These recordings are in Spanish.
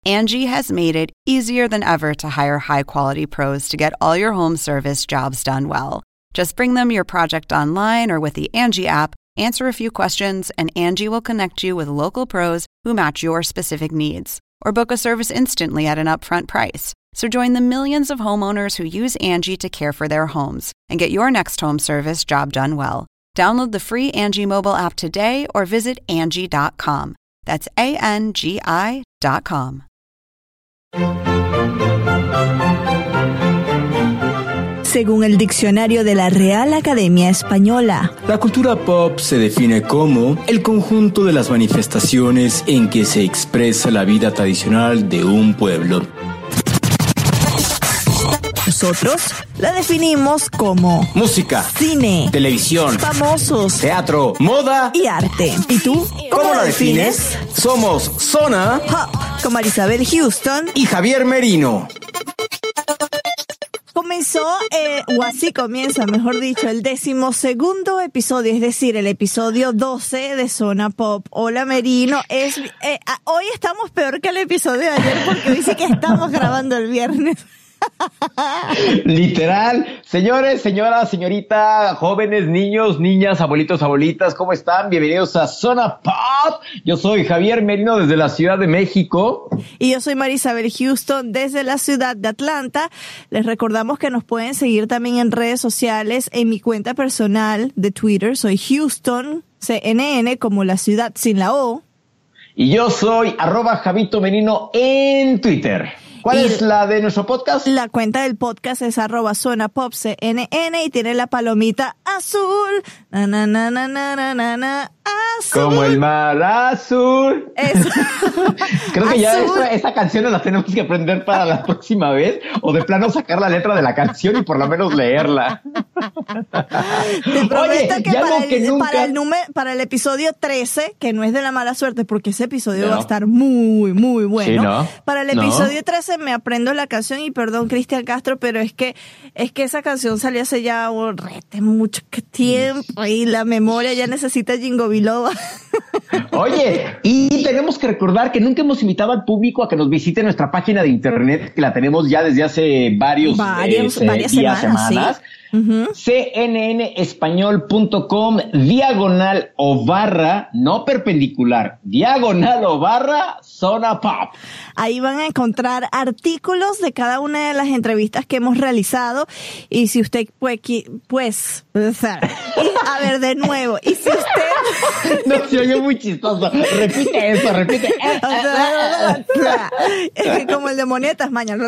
Angie has made it easier than ever to hire high-quality pros to get all your home service jobs done well. Just bring them your project online or with the Angie app, answer a few questions, and Angie will connect you with local pros who match your specific needs. Or book a service instantly at an upfront price. So join the millions of homeowners who use Angie to care for their homes and get your next home service job done well. Download the free Angie mobile app today or visit Angie.com. That's ANGI.com. Según el diccionario de la Real Academia Española, la cultura pop se define como el conjunto de las manifestaciones en que se expresa la vida tradicional de un pueblo. Nosotros la definimos como música, cine, televisión, famosos, teatro, moda y arte. ¿Y tú? ¿Cómo la defines? Somos Zona Pop con Marisabel Houston y Javier Merino. Comenzó, o así comienza, mejor dicho, el 12º episodio, es decir, el episodio 12 de Zona Pop. Hola Merino, hoy estamos peor que el episodio de ayer porque hoy sí que estamos grabando el viernes. Literal. Señores, señoras, señorita, jóvenes, niños, niñas, abuelitos, abuelitas, ¿cómo están? Bienvenidos a Zona Pop. Yo soy Javier Merino desde la Ciudad de México. Y yo soy Marisabel Houston desde la ciudad de Atlanta. Les recordamos que nos pueden seguir también en redes sociales. En mi cuenta personal de Twitter soy Houston, CNN, como la ciudad sin la O. Y yo soy @Javito Merino en Twitter. ¿Cuál es la de nuestro podcast? La cuenta del podcast es @ZonaPopCNN y tiene la palomita azul. Na, na, na, na, na, na, na, na, azul. Como el mar azul. Eso. Creo que azul. ya esa canción nos la tenemos que aprender para la próxima vez, o de plano sacar la letra de la canción y por lo menos leerla. Te prometo para el episodio 13, que no es de la mala suerte, porque ese episodio va a estar muy, muy bueno. Sí, ¿no? Para el episodio 13 me aprendo la canción y perdón, Cristian Castro, pero es que esa canción salió hace ya mucho tiempo y la memoria ya necesita Jingo Biloba. Oye, y tenemos que recordar que nunca hemos invitado al público a que nos visite nuestra página de internet, que la tenemos ya desde hace varias semanas. Sí. Uh-huh. cnnespañol.com/, no perpendicular, /Zona Pop. Ahí van a encontrar artículos de cada una de las entrevistas que hemos realizado. Y si usted pues, a ver de nuevo. Y si usted... No, se oye muy chistoso. Repite eso, repite. Como el de Monetas, mañana.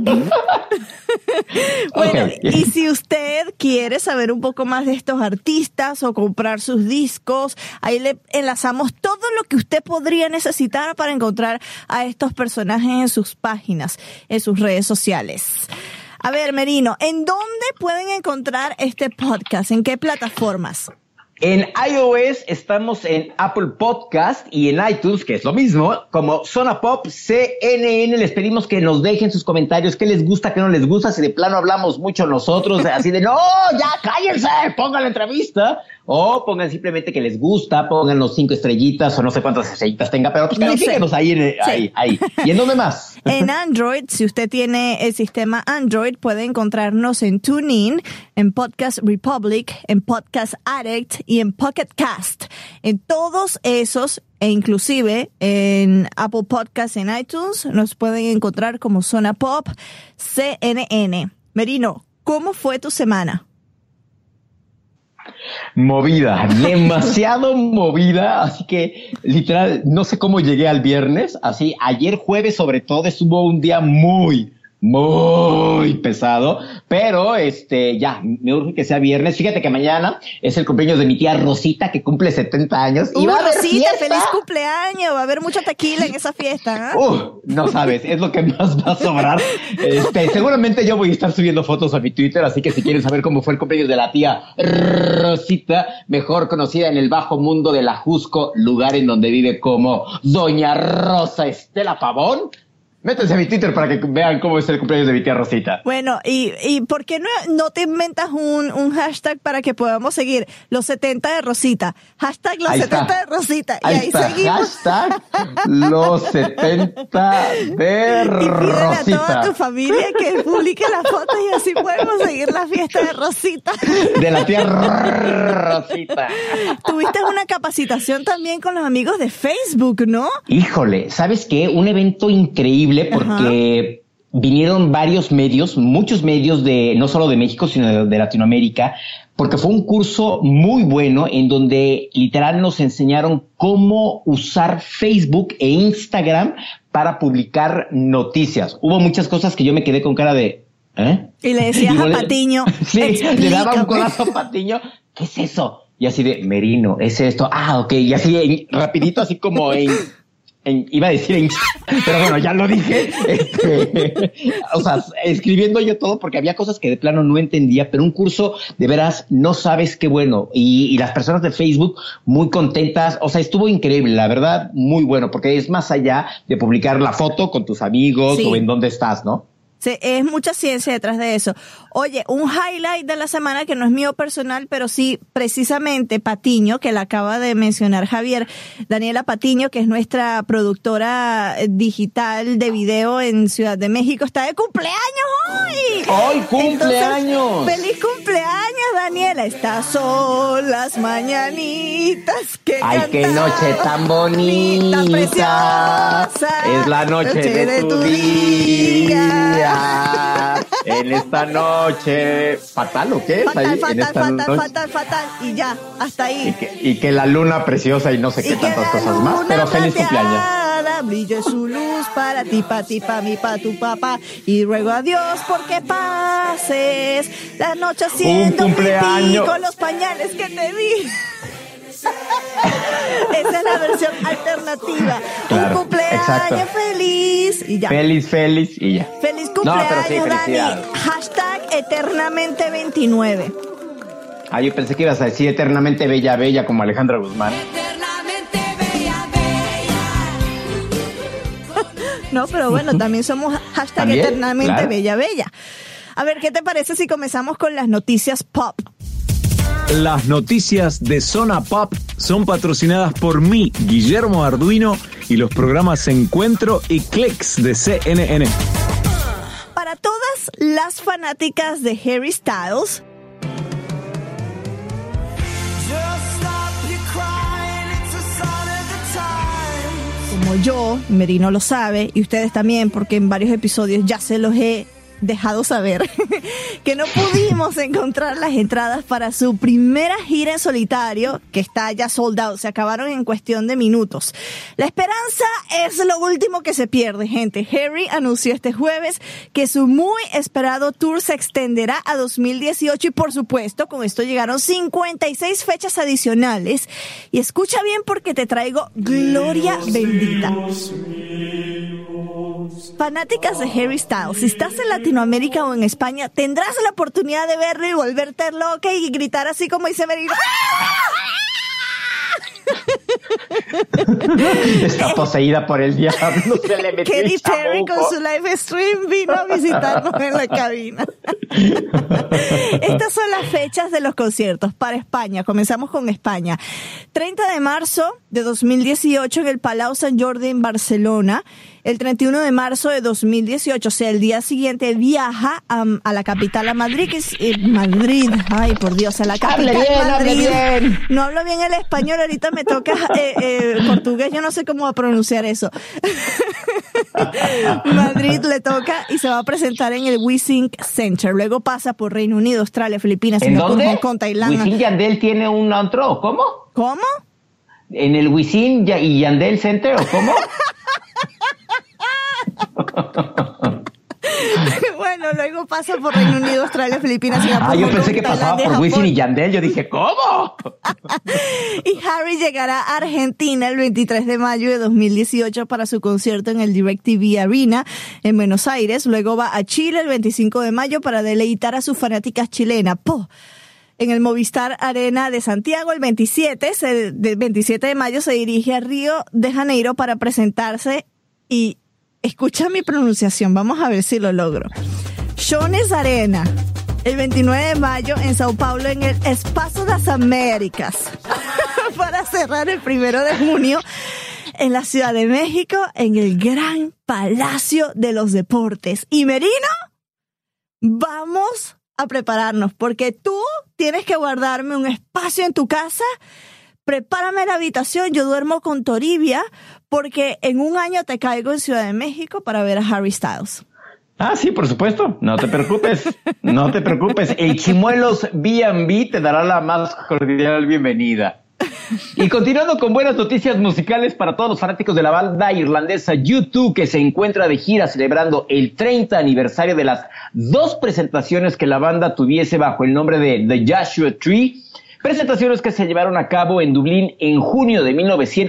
Bueno, okay. Y si usted quiere saber un poco más de estos artistas o comprar sus discos, ahí le enlazamos todo lo que usted podría necesitar para encontrar a estos personajes en sus páginas, en sus redes sociales. A ver, Merino, ¿en dónde pueden encontrar este podcast? ¿En qué plataformas? En iOS estamos en Apple Podcast y en iTunes, que es lo mismo, como Zona Pop CNN. Les pedimos que nos dejen sus comentarios, qué les gusta, qué no les gusta, si de plano hablamos mucho nosotros, así de no, ya cállense, pongan la entrevista, o pongan simplemente que les gusta, pongan los 5 estrellitas o no sé cuántas estrellitas tenga, pero pues califíquenos ahí, ahí. ¿Y en dónde más? En Android, si usted tiene el sistema Android, puede encontrarnos en TuneIn, en Podcast Republic, en Podcast Addict y en Pocket Cast. En todos esos, e inclusive en Apple Podcasts, en iTunes, nos pueden encontrar como Zona Pop CNN. Merino, ¿cómo fue tu semana? Movida, demasiado movida, así que literal no sé cómo llegué al viernes, así ayer jueves sobre todo estuvo un día muy pesado, pero ya, me urge que sea viernes. Fíjate que mañana es el cumpleaños de mi tía Rosita, que cumple 70 años. Y va a haber Rosita, fiesta. feliz cumpleaños, va a haber mucha tequila en esa fiesta, ¿eh? No sabes, es lo que más va a sobrar. Seguramente yo voy a estar subiendo fotos a mi Twitter, así que si quieren saber cómo fue el cumpleaños de la tía Rosita, mejor conocida en el bajo mundo de la Jusco, lugar en donde vive como Doña Rosa Estela Pavón, Métanse a mi Twitter para que vean cómo es el cumpleaños de mi tía Rosita. Bueno, ¿y por qué no te inventas un hashtag para que podamos seguir los 70 de Rosita? Hashtag los 70 de Rosita. Y ahí seguimos. Hashtag los 70 de Rosita. Y pídele a toda tu familia que publique las fotos y así podemos seguir la fiesta de Rosita. De la tía Rosita. Tuviste una capacitación también con los amigos de Facebook, ¿no? Híjole, ¿sabes qué? Un evento increíble porque vinieron varios medios, muchos medios de no solo de México, sino de Latinoamérica, porque fue un curso muy bueno en donde literal nos enseñaron cómo usar Facebook e Instagram para publicar noticias. Hubo muchas cosas que yo me quedé con cara de... Y le decías a Patiño... Sí, le daba un codazo a Patiño. ¿Qué es eso? Y así de, Merino, es esto. Ah, ok. Y así rapidito, así como iba a decir pero bueno, ya lo dije. O sea, escribiendo yo todo porque había cosas que de plano no entendía, pero un curso de veras no sabes qué bueno. Y las personas de Facebook muy contentas. O sea, estuvo increíble, la verdad, muy bueno, porque es más allá de publicar la foto con tus amigos o en dónde estás, ¿no? Sí, es mucha ciencia detrás de eso. Oye, un highlight de la semana que no es mío personal, pero sí precisamente Patiño, que la acaba de mencionar Javier, Daniela Patiño, que es nuestra productora digital de video en Ciudad de México, está de cumpleaños hoy. ¡Hoy cumpleaños! Entonces, ¡feliz cumpleaños, Daniela! Estas son las mañanitas que ¡ay, qué noche tan bonita! Preciosa, es la noche de tu día. En esta noche fatal, ¿o qué? Fatal y ya, hasta ahí. Y que la luna preciosa y no sé qué tantas cosas más, pero feliz cumpleaños. Brille su luz para ti, pa' mí, pa' tu papá, y ruego a Dios porque pases la noche haciendo pipí con los pañales que te di. Esa es la versión alternativa. Claro, un cumpleaños feliz y ya. Feliz y ya. Feliz cumpleaños, sí, Dani. Hashtag eternamente 29. Ah, yo pensé que ibas a decir eternamente bella, bella como Alejandra Guzmán. Eternamente bella, bella. No, pero bueno, también somos hashtag ¿También? eternamente Claro. bella, bella. A ver, ¿qué te parece si comenzamos con las noticias pop? Las noticias de Zona Pop son patrocinadas por mí, Guillermo Arduino, y los programas Encuentro y Clicks de CNN. Para todas las fanáticas de Harry Styles, como yo, Merino lo sabe, y ustedes también, porque en varios episodios ya se los he dejado saber, que no pudimos encontrar las entradas para su primera gira en solitario, que está ya sold out, se acabaron en cuestión de minutos. La esperanza es lo último que se pierde, gente. Harry anunció este jueves que su muy esperado tour se extenderá a 2018 y por supuesto con esto llegaron 56 fechas adicionales. Y escucha bien porque te traigo Gloria Bendita. Fanáticas de Harry Styles, si estás en Latinoamérica o en España, tendrás la oportunidad de verlo y volverte loca y gritar así como dice Merino. Está poseída por el diablo, se le metió Katy el Perry con chamuco. su live stream vino a visitarnos en la cabina. Estas son las fechas de los conciertos para España. Comenzamos con España. 30 de marzo de 2018 en el Palau Sant Jordi en Barcelona. El 31 de marzo de 2018, o sea, el día siguiente, viaja a la capital, a Madrid, que es Madrid. Ay, por Dios, a la capital Hable bien. No hablo bien el español, ahorita me toca portugués, yo no sé cómo pronunciar eso. Madrid le toca y se va a presentar en el WeSync Center. Luego pasa por Reino Unido, Australia, Filipinas, ¿En Singapur, dónde? Hong Kong, Tailandia. Wisin Yandel tiene un antro, ¿cómo? ¿Cómo? ¿En el Wisin y Yandel Center o cómo? Bueno, luego pasa por Reino Unido, Australia, Filipinas, Singapur, Yo Hong pensé Kong, que pasaba Tailandia, por Wisin Japón. y Yandel. Yo dije, ¿cómo? Y Harry llegará a Argentina el 23 de mayo de 2018 para su concierto en el DirecTV Arena en Buenos Aires. Luego va a Chile el 25 de mayo para deleitar a sus fanáticas chilenas. En el Movistar Arena de Santiago el 27 de mayo se dirige a Río de Janeiro para presentarse y escucha mi pronunciación, vamos a ver si lo logro. Jones Arena, el 29 de mayo en Sao Paulo, en el Espacio das Américas. Para cerrar el 1 de junio en la Ciudad de México, en el Gran Palacio de los Deportes. Y Merino, vamos a prepararnos, porque tú tienes que guardarme un espacio en tu casa. Prepárame la habitación, yo duermo con Toribia, porque en un año te caigo en Ciudad de México para ver a Harry Styles. Ah, sí, por supuesto. No te preocupes. No te preocupes. El Chimuelos B&B te dará la más cordial bienvenida. Y continuando con buenas noticias musicales para todos los fanáticos de la banda irlandesa U2, que se encuentra de gira celebrando el 30 aniversario de las 2 presentaciones que la banda tuviese bajo el nombre de The Joshua Tree. Presentaciones que se llevaron a cabo en Dublín en junio de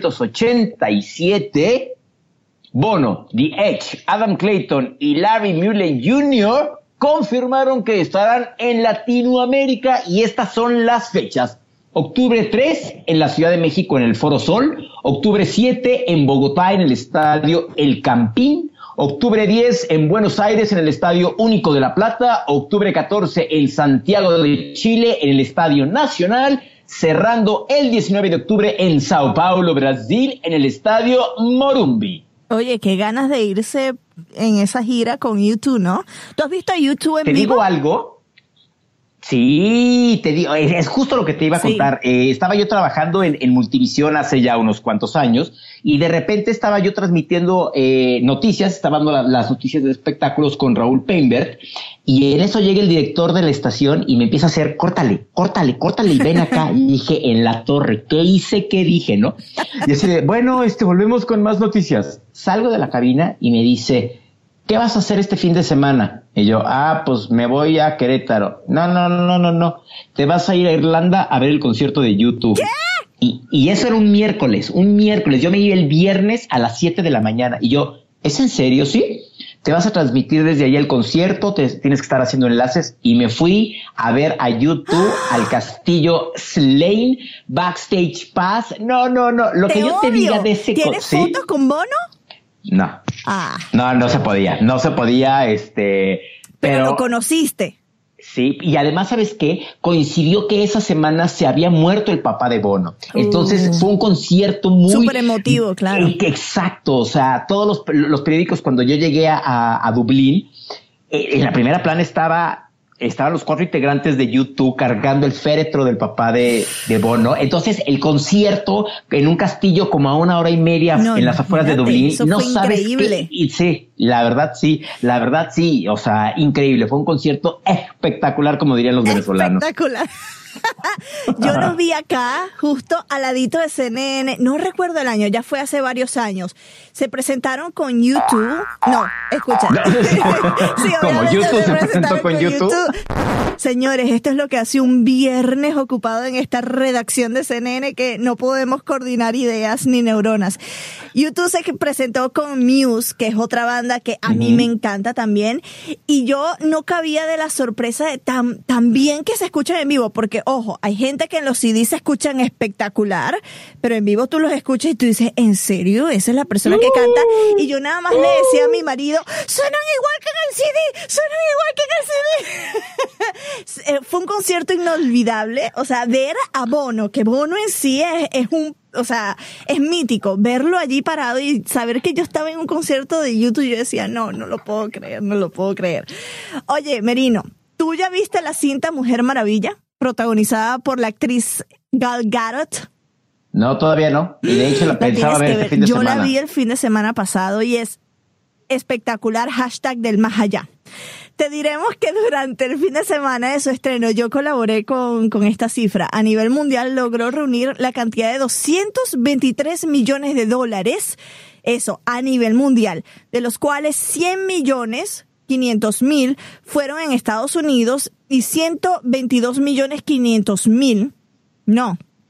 1987. Bono, The Edge, Adam Clayton y Larry Mullen Jr. confirmaron que estarán en Latinoamérica, y estas son las fechas. Octubre 3 en la Ciudad de México en el Foro Sol, octubre 7 en Bogotá en el Estadio El Campín, octubre 10 en Buenos Aires en el Estadio Único de La Plata, octubre 14 en Santiago de Chile en el Estadio Nacional, cerrando el 19 de octubre en Sao Paulo, Brasil, en el Estadio Morumbi. Oye, qué ganas de irse en esa gira con U2, ¿no? ¿Tú has visto a U2 en vivo? ¿Te digo algo? Sí, te digo, es justo lo que te iba a contar. Estaba yo trabajando en Multivisión hace ya unos cuantos años, y de repente estaba yo transmitiendo noticias, estaba dando las noticias de espectáculos con Raúl Peinberg, y en eso llega el director de la estación y me empieza a hacer, córtale, y ven acá. Y dije, en la torre, ¿qué hice? ¿Qué dije? ¿No? Y así de, bueno, volvemos con más noticias. Salgo de la cabina y me dice, ¿qué vas a hacer este fin de semana? Y yo, pues me voy a Querétaro. No. Te vas a ir a Irlanda a ver el concierto de U2. ¿Qué? Y eso era un miércoles. Yo me iba el viernes a las 7 de la mañana. Y yo, ¿es en serio? ¿Sí? Te vas a transmitir desde allá el concierto, tienes que estar haciendo enlaces. Y me fui a ver a U2 al Castillo Slane, Backstage Pass. No. Lo que yo te diga de ese ¿Tienes fotos con Bono? No. No se podía, pero lo conociste. Sí, y además, ¿sabes qué? Coincidió que esa semana se había muerto el papá de Bono. Entonces fue un concierto muy... súper emotivo, claro. Exacto, o sea, todos los periódicos, cuando yo llegué a Dublín, en la primera plana estaban los 4 integrantes de U2 cargando el féretro del papá de Bono. Entonces, el concierto en un castillo como a 1 hora y media en las afueras de Dublín. Eso fue increíble. Y sí, la verdad sí. O sea, increíble. Fue un concierto espectacular, como dirían los venezolanos. Espectacular. Yo los vi acá, justo al ladito de CNN, no recuerdo el año, ya fue hace varios años. Se presentaron con U2. No, escucha. Sí, como U2 se presentó con U2. Señores, esto es lo que hace un viernes ocupado en esta redacción de CNN, que no podemos coordinar ideas ni neuronas. U2 se presentó con Muse, que es otra banda que a mí me encanta también, y yo no cabía de la sorpresa de tan bien que se escuchan en vivo, porque ojo, hay gente que en los CDs se escuchan espectacular, pero en vivo tú los escuchas y tú dices, ¿en serio? Esa es la persona que canta. Y yo nada más le decía a mi marido, suenan igual que en el CD. Fue un concierto inolvidable. O sea, ver a Bono, que Bono en sí es mítico. Verlo allí parado y saber que yo estaba en un concierto de U2, yo decía, no lo puedo creer. Oye, Merino, ¿tú ya viste la cinta Mujer Maravilla, protagonizada por la actriz Gal Gadot? No, todavía no. Y de hecho la pensaba ver este fin de semana. Yo la vi el fin de semana pasado y es espectacular. #del más allá. Te diremos que durante el fin de semana de su estreno yo colaboré con esta cifra. A nivel mundial logró reunir la cantidad de $223 millones. Eso, a nivel mundial. De los cuales 100.500.000 fueron en Estados Unidos y 122.500.000. No.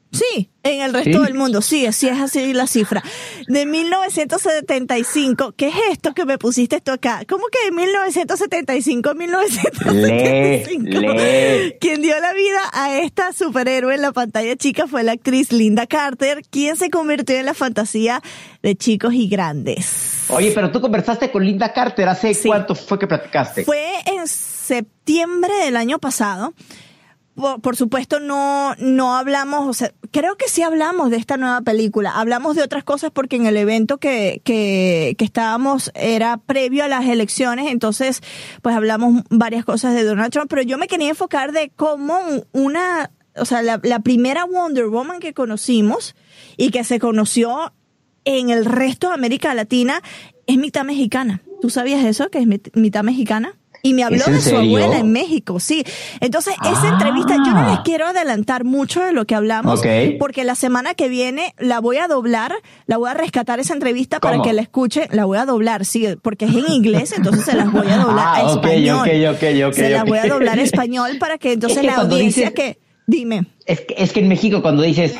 Sí, en el resto del mundo, sí, así es así la cifra. De 1975, ¿qué es esto que me pusiste esto acá? ¿Cómo que de 1975 a 1975? Quien dio la vida a esta superhéroe en la pantalla chica fue la actriz Linda Carter, quien se convirtió en la fantasía de chicos y grandes. Oye, pero tú conversaste con Linda Carter, ¿hace cuánto fue que platicaste? Fue en septiembre del año pasado. Por supuesto no hablamos, o sea, creo que sí hablamos de esta nueva película, hablamos de otras cosas porque en el evento que estábamos era previo a las elecciones, entonces pues hablamos varias cosas de Donald Trump, pero yo me quería enfocar de cómo la primera Wonder Woman que conocimos y que se conoció en el resto de América Latina es mitad mexicana. ¿Tú sabías eso, que es mitad mexicana? Y me habló de su abuela en México, sí. Entonces, esa entrevista, yo no les quiero adelantar mucho de lo que hablamos, porque la semana que viene la voy a doblar, la voy a rescatar esa entrevista para que la escuchen. La voy a doblar, sí, porque es en inglés, entonces se las voy a doblar a español. Se las voy a doblar a español para que entonces la audiencia dices, dime. Es que en México cuando dices...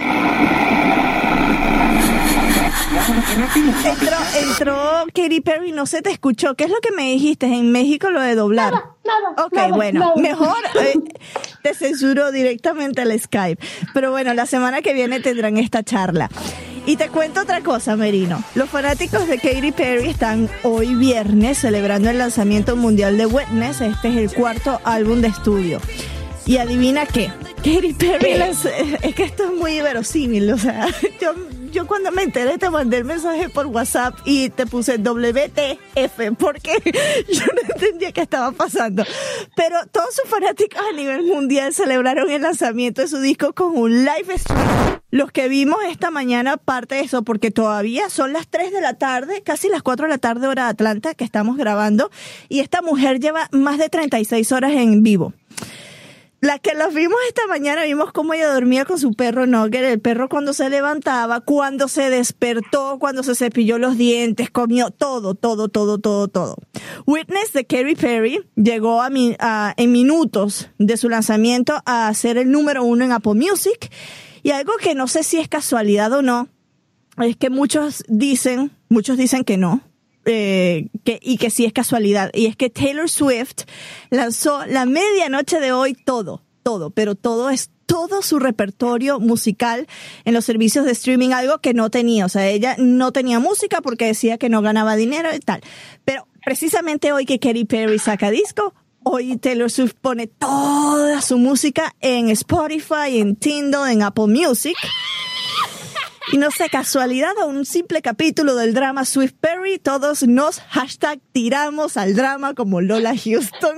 Entró Katy Perry, no se te escuchó. ¿Qué es lo que me dijiste en México, lo de doblar? Nada. Bueno, mejor te censuro directamente el Skype. Pero bueno, la semana que viene tendrán esta charla. Y te cuento otra cosa, Merino. Los fanáticos de Katy Perry están hoy viernes celebrando el lanzamiento mundial de Witness. Este es el cuarto álbum de estudio. Y adivina qué, Katy Perry, es que esto es muy verosímil, o sea, yo cuando me enteré te mandé el mensaje por WhatsApp y te puse WTF porque yo no entendía qué estaba pasando. Pero todos sus fanáticos a nivel mundial celebraron el lanzamiento de su disco con un live stream. Los que vimos esta mañana parte de eso, porque todavía son las 3 de la tarde, casi las 4 de la tarde hora de Atlanta que estamos grabando, y esta mujer lleva más de 36 horas en vivo. La que la vimos esta mañana, vimos cómo ella dormía con su perro Nugget, el perro cuando se levantaba, cuando se despertó, cuando se cepilló los dientes, comió todo. Witness de Katy Perry llegó en minutos de su lanzamiento a ser el número 1 en Apple Music, y algo que no sé si es casualidad o no, es que muchos dicen que no. Y que sí es casualidad, y es que Taylor Swift lanzó la medianoche de hoy todo su repertorio musical en los servicios de streaming, algo que no tenía, o sea, ella no tenía música porque decía que no ganaba dinero y tal, pero precisamente hoy que Katy Perry saca disco, hoy Taylor Swift pone toda su música en Spotify, en Tidal, en Apple Music. Y no sé, casualidad o un simple capítulo del drama Swift Perry, todos nos #tiramos al drama como Lola Houston.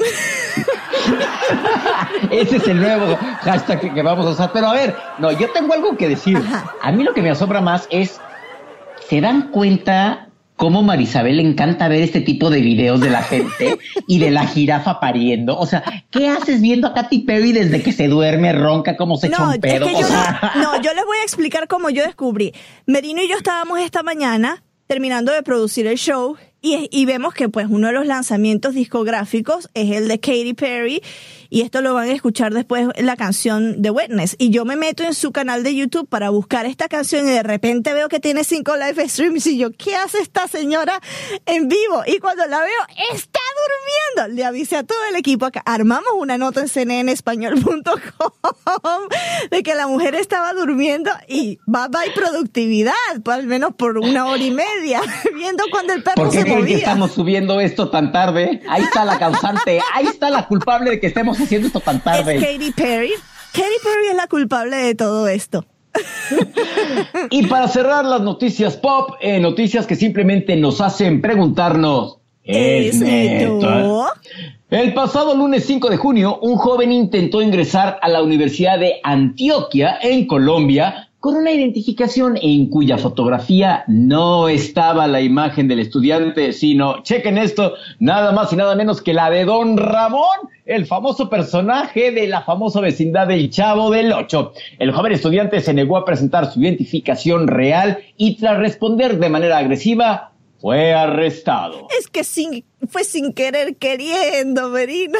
Ese es el nuevo hashtag que vamos a usar. Pero a ver, no, yo tengo algo que decir. Ajá. A mí lo que me asombra más es, ¿se dan cuenta cómo Marisabel le encanta ver este tipo de videos de la gente y de la jirafa pariendo? O sea, ¿qué haces viendo a Katy Perry desde que se duerme, ronca, cómo se echa un pedo? Es que yo les voy a explicar cómo yo descubrí. Merino y yo estábamos esta mañana terminando de producir el show y vemos que pues uno de los lanzamientos discográficos es el de Katy Perry, y esto lo van a escuchar después, la canción de Witness, y yo me meto en su canal de YouTube para buscar esta canción y de repente veo que tiene 5 live streams y yo, ¿qué hace esta señora en vivo? Y cuando la veo, está durmiendo. Le avisé a todo el equipo acá, armamos una nota en cnnespañol.com de que la mujer estaba durmiendo, y bye productividad, pues, al menos por 1 hora y media, viendo cuando el perro se movía. ¿Por qué estamos subiendo esto tan tarde? Ahí está la causante, ahí está la culpable de que estemos haciendo esto tan tarde. Es Katy Perry. Katy Perry es la culpable de todo esto. Y para cerrar las noticias pop, noticias que simplemente nos hacen preguntarnos, ¿es neto? El pasado lunes 5 de junio, un joven intentó ingresar a la Universidad de Antioquia, en Colombia, con una identificación en cuya fotografía no estaba la imagen del estudiante, sino, chequen esto, nada más y nada menos que la de Don Ramón, el famoso personaje de la famosa vecindad del Chavo del Ocho. El joven estudiante se negó a presentar su identificación real y tras responder de manera agresiva, fue arrestado. Es que fue sin querer queriendo, Merino.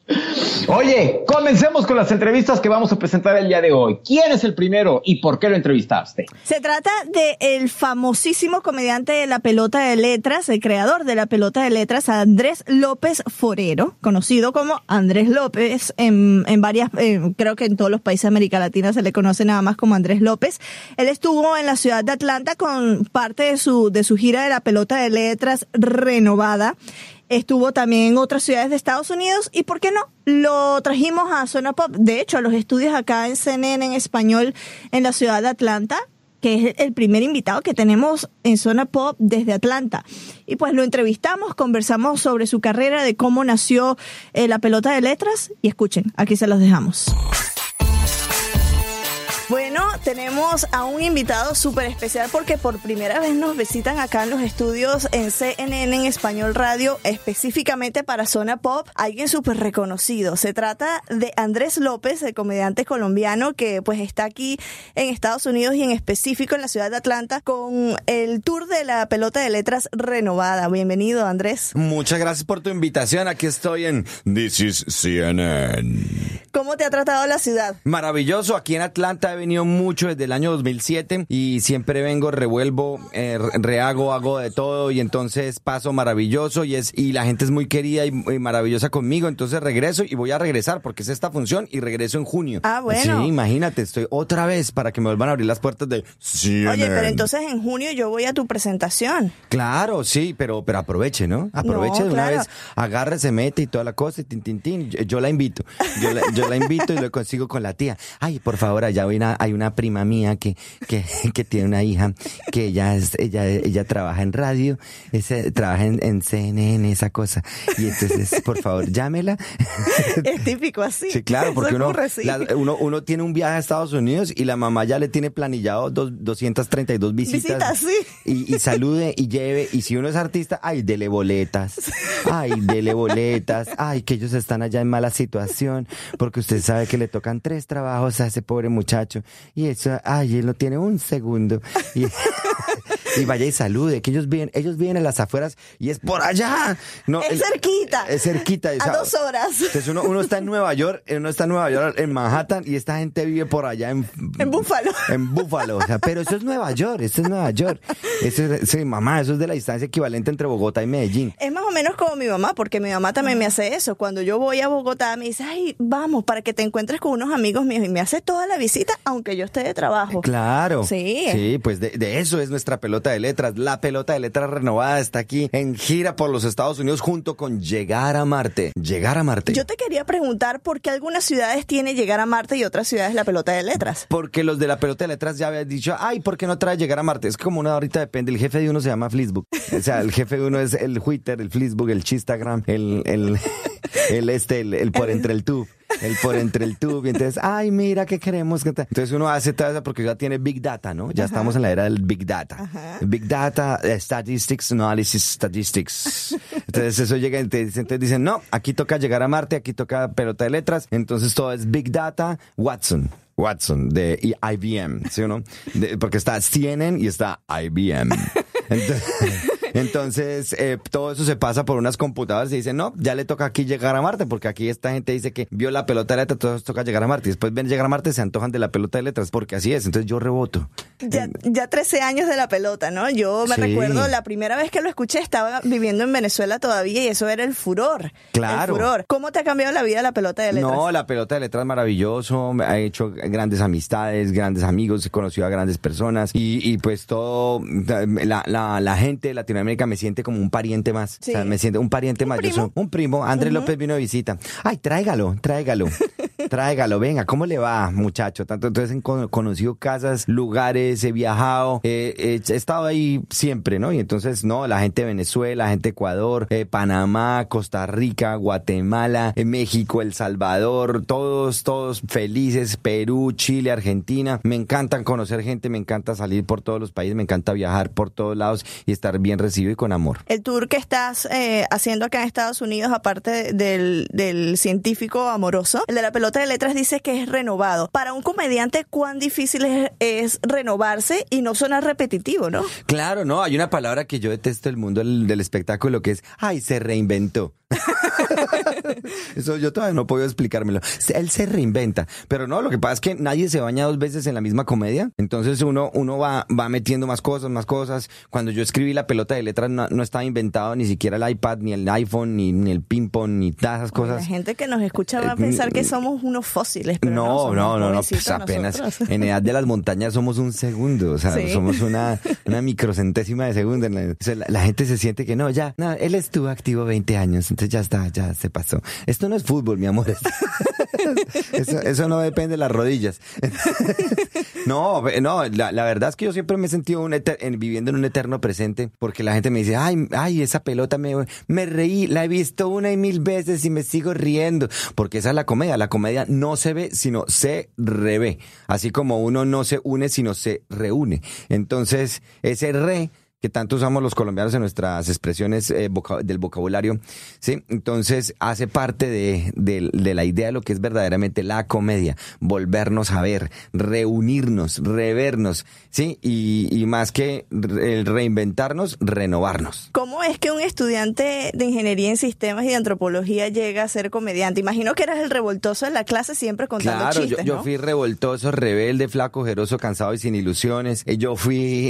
Oye, comencemos con las entrevistas que vamos a presentar el día de hoy. ¿Quién es el primero y por qué lo entrevistaste? Se trata del famosísimo comediante de la pelota de letras, el creador de la pelota de letras, Andrés López Forero, conocido como Andrés López en varias, creo que en todos los países de América Latina se le conoce nada más como Andrés López. Él estuvo en la ciudad de Atlanta con parte de su gira de la pelota de letras renovada. Estuvo también en otras ciudades de Estados Unidos y, ¿por qué no? Lo trajimos a Zona Pop, de hecho, a los estudios acá en CNN en español en la ciudad de Atlanta, que es el primer invitado que tenemos en Zona Pop desde Atlanta. Y pues lo entrevistamos, conversamos sobre su carrera, de cómo nació la pelota de letras y escuchen, aquí se los dejamos. Bueno, tenemos a un invitado súper especial porque por primera vez nos visitan acá en los estudios en CNN en Español Radio, específicamente para Zona Pop, alguien súper reconocido. Se trata de Andrés López, el comediante colombiano que pues está aquí en Estados Unidos y en específico en la ciudad de Atlanta con el tour de la pelota de letras renovada. Bienvenido, Andrés. Muchas gracias por tu invitación. Aquí estoy en This is CNN. ¿Cómo te ha tratado la ciudad? Maravilloso. Aquí en Atlanta he venido mucho desde el año 2007 y siempre vengo, revuelvo, rehago, hago de todo y entonces paso maravilloso y la gente es muy querida y maravillosa conmigo. Entonces regreso y voy a regresar porque es esta función y regreso en junio. Ah, bueno. Sí, imagínate, estoy otra vez para que me vuelvan a abrir las puertas de CNN. Oye, pero entonces en junio yo voy a tu presentación. Claro, sí, pero aproveche, ¿no? Aproveche de una vez, agarre, se mete y toda la cosa y tin. Yo la invito. Yo la invito y lo consigo con la tía. Ay, por favor, allá hay una prima mía que tiene una hija que ella trabaja en radio, trabaja en CNN, esa cosa. Y entonces, por favor, llámela. Es típico así. Sí, claro, porque uno tiene un viaje a Estados Unidos y la mamá ya le tiene planillado 232 visitas. Sí. Y salude y lleve. Y si uno es artista, ay, dele boletas. Ay, que ellos están allá en mala situación porque usted sabe que le tocan 3 trabajos a ese pobre muchacho. Y eso, ay, él no tiene un segundo. Y vaya y salude, que ellos viven en las afueras y es por allá. No, es cerquita. Es cerquita. A 2 horas. Entonces uno está en Nueva York, en Manhattan, y esta gente vive por allá en Búfalo. En Búfalo, o sea, pero eso es Nueva York. Sí, mamá, eso es de la distancia equivalente entre Bogotá y Medellín. Es más o menos como mi mamá, porque mi mamá también me hace eso. Cuando yo voy a Bogotá, me dice, ay, vamos, para que te encuentres con unos amigos míos, y me hace toda la visita, aunque yo esté de trabajo. Claro. Sí. Sí, pues de eso es nuestra pelota de letras. La pelota de letras renovada está aquí en gira por los Estados Unidos junto con Llegar a Marte. Yo te quería preguntar por qué algunas ciudades tiene Llegar a Marte y otras ciudades la pelota de letras. Porque los de la pelota de letras ya habían dicho, ay, ¿por qué no trae Llegar a Marte? Es como ahorita depende, el jefe de uno se llama Facebook. O sea, el jefe de uno es el Twitter, el Facebook, el Chistagram, el por entre el tube. Y entonces, ay, mira, ¿qué queremos? Entonces uno hace todo eso porque ya tiene Big Data, ¿no? Ya estamos en la era del Big Data. Ajá. Big Data, Statistics, Analysis, Statistics. Entonces eso llega, entonces dicen, no, aquí toca Llegar a Marte, aquí toca pelota de letras. Entonces todo es Big Data, Watson de IBM, ¿sí o no? Porque está CNN y está IBM. Entonces, todo eso se pasa por unas computadoras y dicen, no, ya le toca aquí Llegar a Marte, porque aquí esta gente dice que vio la pelota de letras, todos toca Llegar a Marte. Y después ven Llegar a Marte, se antojan de la pelota de letras, porque así es. Entonces yo reboto. Ya 13 años de la pelota, ¿no? Yo me recuerdo, la primera vez que lo escuché estaba viviendo en Venezuela todavía y eso era el furor. Claro. El furor. ¿Cómo te ha cambiado la vida la pelota de letras? No, la pelota de letras maravilloso, ha hecho grandes amistades, grandes amigos, he conocido a grandes personas y pues todo, la gente de Latinoamérica me siente como un pariente más. Sí. O sea, me siente un pariente más. ¿Primo? Yo soy un primo. Andrés López vino de visita. Ay, tráigalo. Venga, ¿cómo le va, muchacho? Entonces he conocido casas, lugares, he viajado, he estado ahí siempre, ¿no? Y entonces, no, la gente de Venezuela, gente de Ecuador, Panamá, Costa Rica, Guatemala, México, El Salvador, todos felices, Perú, Chile, Argentina. Me encantan conocer gente, me encanta salir por todos los países, me encanta viajar por todos lados y estar bien recibido y con amor. El tour que estás haciendo acá en Estados Unidos, aparte del científico amoroso, el de la pelota de letras dice que es renovado. Para un comediante, ¿cuán difícil es renovarse y no sonar repetitivo, no? Claro, no, hay una palabra que yo detesto del mundo del espectáculo que es, ay, se reinventó. Eso yo todavía no puedo explicármelo. Él se reinventa, pero no, lo que pasa es que nadie se baña 2 veces en la misma comedia, entonces uno va metiendo más cosas. Cuando yo escribí La pelota de letras no estaba inventado ni siquiera el iPad, ni el iPhone, ni el ping-pong, ni todas esas cosas. La gente que nos escucha va a pensar que somos unos fósiles, pero no, pues apenas nosotros. en edad de las montañas somos un segundo, o sea, Sí. somos una microcentésima de segundo. O sea, la gente se siente que no, él estuvo activo 20 años, entonces ya está, ya se pasó. Esto no es fútbol, mi amor. Eso no depende de las rodillas. No, la verdad es que yo siempre me he sentido viviendo en un eterno presente, porque la gente me dice, ay, esa pelota me reí, la he visto 1 y 1000 veces y me sigo riendo, porque esa es la comedia no se ve, sino se revé, así como uno no se une, sino se reúne. Entonces, ese que tanto usamos los colombianos en nuestras expresiones del vocabulario, ¿sí? Entonces hace parte de la idea de lo que es verdaderamente la comedia, volvernos a ver, reunirnos, revernos, ¿sí? Y más que el reinventarnos, renovarnos. ¿Cómo es que un estudiante de ingeniería en sistemas y de antropología llega a ser comediante? Imagino que eras el revoltoso de la clase siempre contando chistes, yo ¿no? fui revoltoso, rebelde, flaco, ojeroso, cansado y sin ilusiones. Yo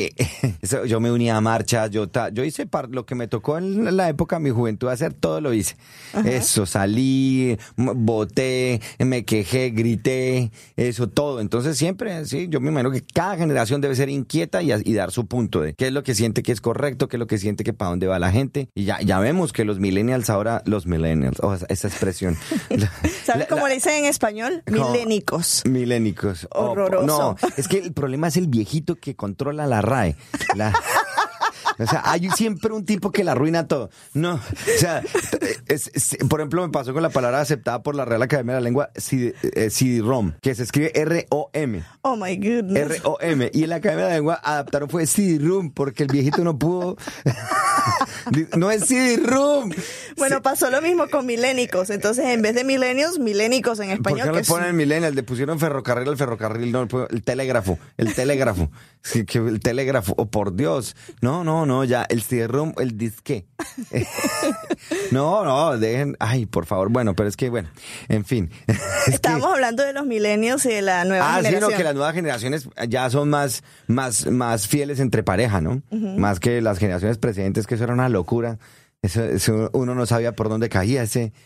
me unía a marchas, yo hice lo que me tocó en la época de mi juventud hacer, todo lo hice. Ajá. Eso, salí, voté, me quejé, grité, eso, todo. Entonces siempre, sí, yo me imagino que cada generación debe ser inquieta y dar su punto de qué es lo que siente que es correcto, qué es lo que siente que para dónde va la gente. Y ya vemos que los millennials ahora, esa expresión. ¿Sabes cómo le dicen en español? Milénicos. Milénicos. Horroroso. No, es que el problema es el viejito que controla la RAE. O sea, hay siempre un tipo que la arruina todo. No, o sea, por ejemplo, me pasó con la palabra aceptada por la Real Academia de la Lengua, CD-ROM, que se escribe R-O-M. Oh my goodness. R-O-M. Y en la Academia de la Lengua adaptaron fue CD-ROM, porque el viejito no pudo. No es CD-ROM. Bueno, pasó lo mismo con milénicos. Entonces, en vez de milenios, milénicos en español. ¿Por qué no le ponen millennial? Le pusieron ferrocarril al ferrocarril, no, el telégrafo. Sí, que el telégrafo, oh por Dios. No, ya, el CD-ROM, el disque. No, dejen, ay, por favor, bueno, pero es que, bueno, en fin. Estábamos hablando de los milenios y de la nueva generación. Sí, no, que las nuevas generaciones ya son más fieles entre pareja, ¿no? Uh-huh. Más que las generaciones precedentes, que eso era una locura. Eso uno no sabía por dónde caía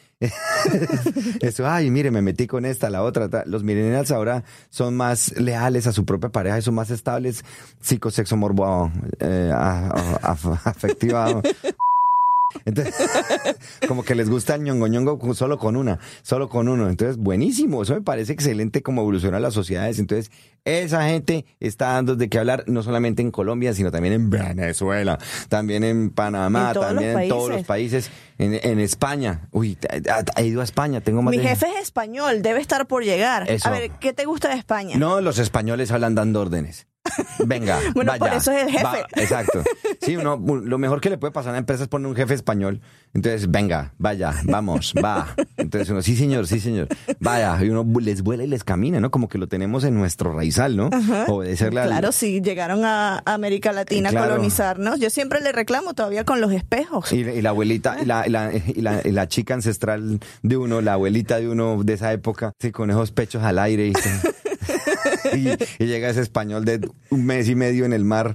eso, ay, mire, me metí con esta, la otra. Los millennials ahora son más leales a su propia pareja y son más estables psicosexo morbo afectiva. Entonces, como que les gusta el ñongo solo con uno. Entonces, buenísimo. Eso me parece excelente como evolucionan las sociedades. Entonces, esa gente está dando de qué hablar, no solamente en Colombia, sino también en Venezuela, también en Panamá, también en todos los países, en España. Uy, he ido a España, tengo más Mi jefe es español, debe estar por llegar. Eso. A ver, ¿qué te gusta de España? No, los españoles hablan dando órdenes. Venga, bueno, vaya. Por eso es el jefe. Exacto. Sí, lo mejor que le puede pasar a una empresa es poner un jefe español. Entonces, venga, vaya, vamos, va. Entonces uno, sí señor, vaya. Y uno les vuela y les camina, ¿no? Como que lo tenemos en nuestro raizal, ¿no? Obedecerle Claro, sí, llegaron a América Latina a colonizarnos. Yo siempre le reclamo todavía con los espejos. Y la abuelita, y la chica ancestral de uno, la abuelita de uno de esa época, sí, con esos pechos al aire y llega ese español de 1 mes y medio en el mar.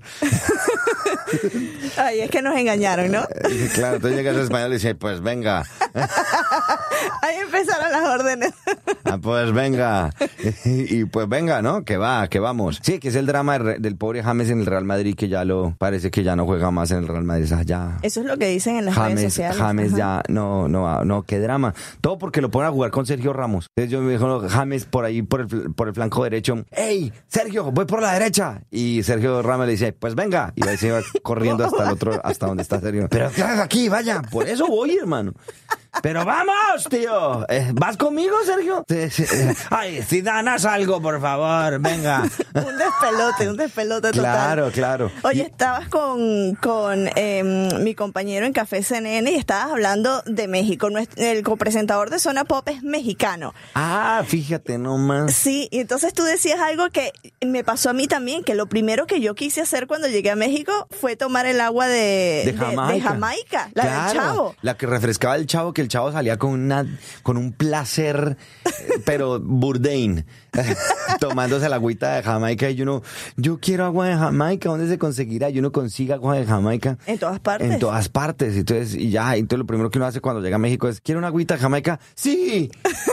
Ay, es que nos engañaron, ¿no? Claro, entonces llega ese español y dice, pues venga. Ahí empezaron las órdenes. Pues venga. Y pues venga, ¿no? Que vamos. Sí, que es el drama del pobre James en el Real Madrid, que parece que ya no juega más en el Real Madrid. O sea, ya. Eso es lo que dicen en las redes sociales. James ya, no, qué drama. Todo porque lo ponen a jugar con Sergio Ramos. Entonces yo me dijo, James por ahí, por el flanco derecho, ¡ey, Sergio, voy por la derecha! Y Sergio Ramos le dice, pues venga. Y ahí se iba corriendo hasta donde está Sergio. Pero ¿qué haces aquí? Vaya, por eso voy, hermano. Pero vamos, tío. ¿Vas conmigo, Sergio? Ay, Zidane, haz algo, por favor, venga. un despelote total. Claro. Oye, estabas con mi compañero en Café CNN y estabas hablando de México. El copresentador de Zona Pop es mexicano. Ah, fíjate nomás. Sí, y entonces tú decías algo que me pasó a mí también, que lo primero que yo quise hacer cuando llegué a México fue tomar el agua de Jamaica, la del Chavo. La que refrescaba el Chavo, que el chavo salía con un placer, pero Bourdain, tomándose la agüita de Jamaica y uno, yo quiero agua de Jamaica, ¿dónde se conseguirá? Y uno consigue agua de Jamaica. En todas partes. En todas partes. Entonces lo primero que uno hace cuando llega a México es, ¿quiere una agüita de Jamaica? ¡Sí!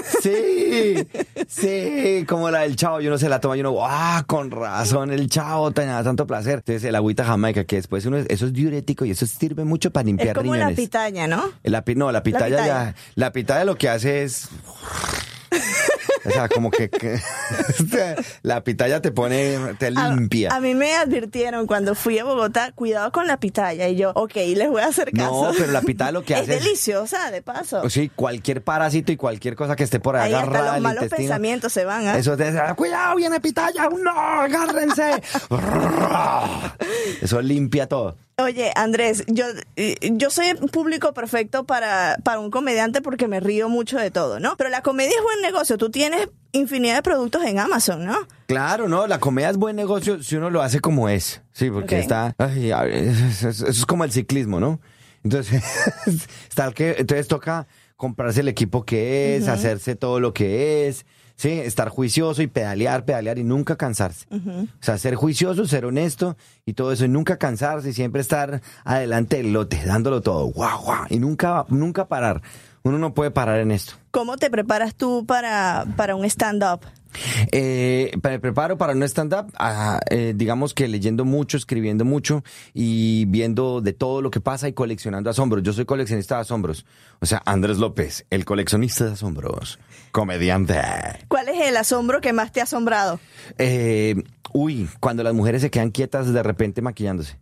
Sí, como la del chavo, y uno se la toma y uno, con razón, el chavo tenía tanto placer. Entonces el agüita Jamaica, que después eso es diurético y eso sirve mucho para limpiar es como riñones. la pitaya, ¿no? La pitaya lo que hace es... O sea, como que la pitaya te limpia. A mí me advirtieron cuando fui a Bogotá, cuidado con la pitaya. Y yo, ok, les voy a hacer caso. No, pero la pitaya lo que hace es deliciosa, de paso. Sí, cualquier parásito y cualquier cosa que esté por ahí agarrada hasta los al malos intestino. Pensamientos se van, ¿eh? Eso te dice, cuidado, viene pitaya, no, agárrense. Eso limpia todo. Oye, Andrés, yo soy un público perfecto para un comediante porque me río mucho de todo, ¿no? Pero la comedia es buen negocio. Tú tienes infinidad de productos en Amazon, ¿no? Claro, no, la comedia es buen negocio si uno lo hace como es. Sí, porque eso es como el ciclismo, ¿no? Entonces, entonces toca comprarse el equipo que es, hacerse todo lo que es. Sí, estar juicioso y pedalear y nunca cansarse. O sea, ser juicioso, ser honesto y todo eso, y nunca cansarse y siempre estar adelante del lote, dándolo todo, guau, y nunca parar. Uno no puede parar en esto. ¿Cómo te preparas tú para un stand-up? Me preparo para un stand-up, digamos que leyendo mucho, escribiendo mucho y viendo de todo lo que pasa y coleccionando asombros. Yo soy coleccionista de asombros. O sea, Andrés López, el coleccionista de asombros, comediante. ¿Cuál es el asombro que más te ha asombrado? Cuando las mujeres se quedan quietas de repente maquillándose.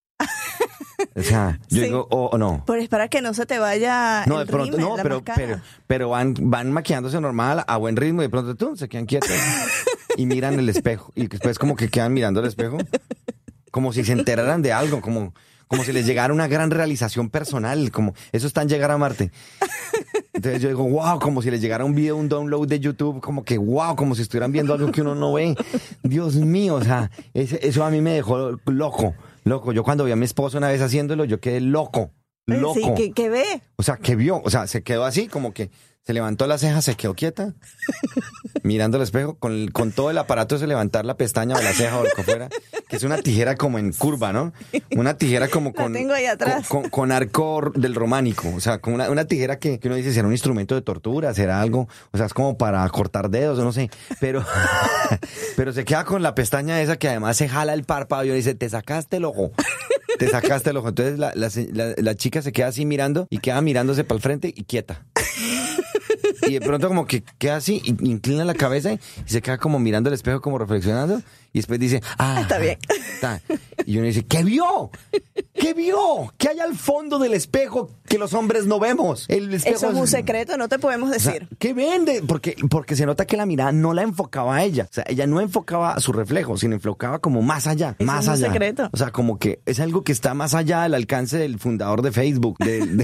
O sea, yo digo, no. Pero es para que no se te vaya no, de pronto, no, pero van maquillándose normal, a buen ritmo, y de pronto se quedan quietos y miran el espejo. Y después como que quedan mirando el espejo, como si se enteraran de algo, como si les llegara una gran realización personal, como eso está en llegar a Marte. Entonces yo digo, wow, como si les llegara un video, un download de YouTube, como que wow, como si estuvieran viendo algo que uno no ve. Dios mío, o sea, eso a mí me dejó loco. Yo cuando vi a mi esposo una vez haciéndolo, yo quedé loco. Sí, ¿qué ve? O sea, ¿qué vio? O sea, se quedó así, como que se levantó la ceja, se quedó quieta, mirando el espejo, con todo el aparato de levantar la pestaña o la ceja o lo que fuera, que es una tijera como en curva, ¿no? Una tijera como con... La tengo ahí atrás. Con arco del románico, o sea, con una tijera que uno dice, ¿será un instrumento de tortura? ¿Será algo? O sea, es como para cortar dedos, no sé, pero se queda con la pestaña esa que además se jala el párpado y uno dice, te sacaste el ojo. Entonces la chica se queda así mirando y queda mirándose para el frente y quieta. Y de pronto como que queda así, inclina la cabeza y se queda como mirando el espejo, como reflexionando. Y después dice, está bien. Y uno dice, ¿qué vio? ¿Qué vio? ¿Qué hay al fondo del espejo que los hombres no vemos? El espejo eso es un secreto, no te podemos decir. O sea, ¿qué vende? Porque se nota que la mirada no la enfocaba a ella. O sea, ella no enfocaba a su reflejo, sino enfocaba como más allá. Eso más es allá. Un secreto. O sea, como que es algo que está más allá del alcance del fundador de Facebook,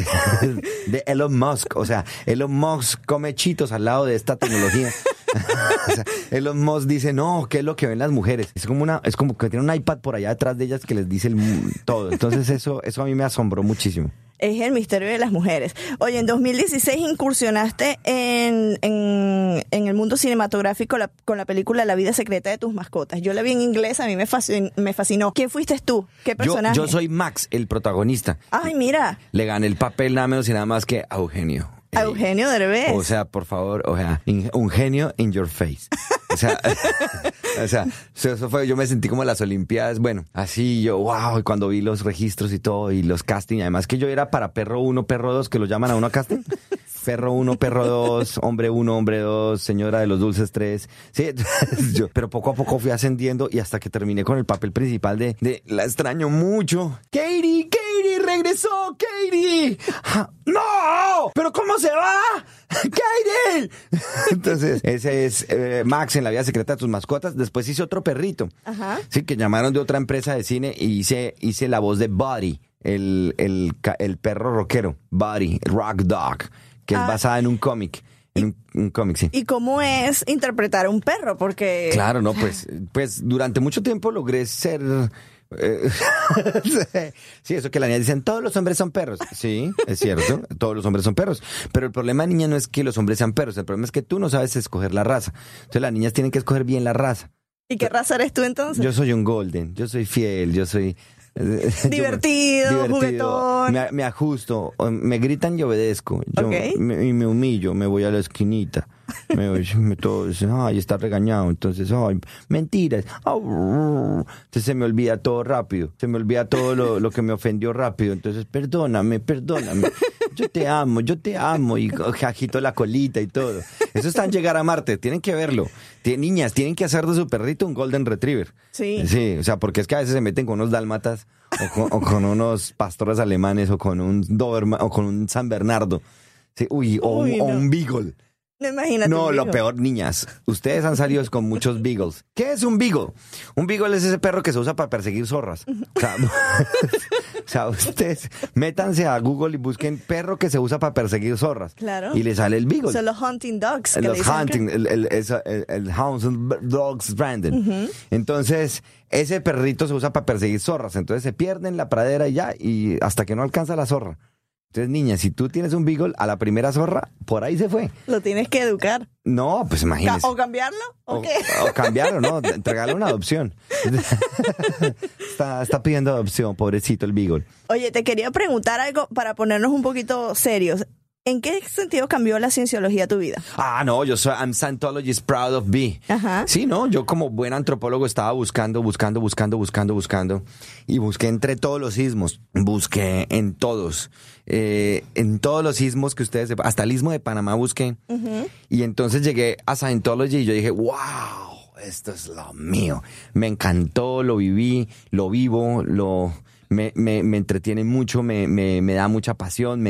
de Elon Musk. O sea, Elon Musk come chitos al lado de esta tecnología. O sea, Elon Musk dice, no, ¿qué es lo que ven las mujeres? Es como que tiene un iPad por allá detrás de ellas que les dice todo. Entonces eso a mí me asombró muchísimo. Es el misterio de las mujeres. Oye, en 2016 incursionaste en el mundo cinematográfico con la película La vida secreta de tus mascotas. Yo la vi en inglés, a mí me fascinó. ¿Quién fuiste tú? ¿Qué personaje? Yo soy Max, el protagonista. Ay, mira. Le gané el papel nada menos y nada más que a Eugenio. A Eugenio Derbez. O sea, por favor, un genio in your face. O sea, eso fue, yo me sentí como en las Olimpiadas, bueno, así yo, wow, y cuando vi los registros y todo, y los castings, además que yo era para perro 1, perro 2, que lo llaman a uno a casting. Perro 1, perro 2, hombre 1, hombre 2, señora de los dulces 3. Sí, pero poco a poco fui ascendiendo y hasta que terminé con el papel principal de la extraño mucho. Katie, regresó, Katie. ¡No! ¿Pero cómo se va? ¡Katie! Entonces, ese es Max en La vida secreta de tus mascotas. Después hice otro perrito. Ajá. Sí, que llamaron de otra empresa de cine y hice la voz de Buddy, el perro rockero. Buddy, Rock Dog, que es basada en un cómic. Un cómic, sí. ¿Y cómo es interpretar a un perro? Porque... Claro, no, pues durante mucho tiempo logré ser Sí, eso que las niñas dicen, todos los hombres son perros. Sí, es cierto, todos los hombres son perros. Pero el problema, niña, no es que los hombres sean perros. El problema es que tú no sabes escoger la raza. Entonces las niñas tienen que escoger bien la raza. ¿Y qué raza eres tú entonces? Yo soy un golden, yo soy fiel, yo soy... Divertido, juguetón. Me ajusto, me gritan y obedezco. Yo Ok. me humillo, me voy a la esquinita. Todos dicen, ay, está regañado. Entonces, ay, mentiras. Entonces se me olvida todo rápido. Se me olvida todo lo que me ofendió rápido. Entonces, perdóname. Yo te amo. Y agito la colita y todo. Eso está en Llegar a Marte. Tienen que verlo. Niñas, tienen que hacer de su perrito un Golden Retriever. Sí. Sí, o sea, porque es que a veces se meten con unos dálmatas o con unos pastores alemanes o con un Doberman o con un San Bernardo. Sí, o un Beagle. No, imagínate. No, un lo hijo. peor, niñas. Ustedes han salido con muchos beagles. ¿Qué es un beagle? Un beagle es ese perro que se usa para perseguir zorras. O sea, ustedes métanse a Google y busquen perro que se usa para perseguir zorras. Claro. Y le sale el beagle. Son los hunting dogs. que Los le dicen hunting, el Hound Dogs Brandon. Entonces, ese perrito se usa para perseguir zorras. Entonces se pierde en la pradera y ya, y hasta que no alcanza la zorra. Entonces, niña, si tú tienes un beagle, a la primera zorra, por ahí se fue. Lo tienes que educar. No, pues imagínese. ¿O cambiarlo? ¿O qué? O cambiarlo, ¿no? Entregarle una adopción. Está pidiendo adopción, pobrecito el beagle. Oye, te quería preguntar algo para ponernos un poquito serios. ¿En qué sentido cambió la cienciología tu vida? Ah, no, I'm Scientologist proud of be. Ajá. Sí, no, yo como buen antropólogo estaba buscando. Y busqué entre todos los ismos. Busqué en todos los ismos que ustedes sepan. Hasta el istmo de Panamá busqué. Y entonces llegué a Scientology y yo dije, wow, esto es lo mío. Me encantó, lo viví, lo vivo, me entretiene mucho, me da mucha pasión,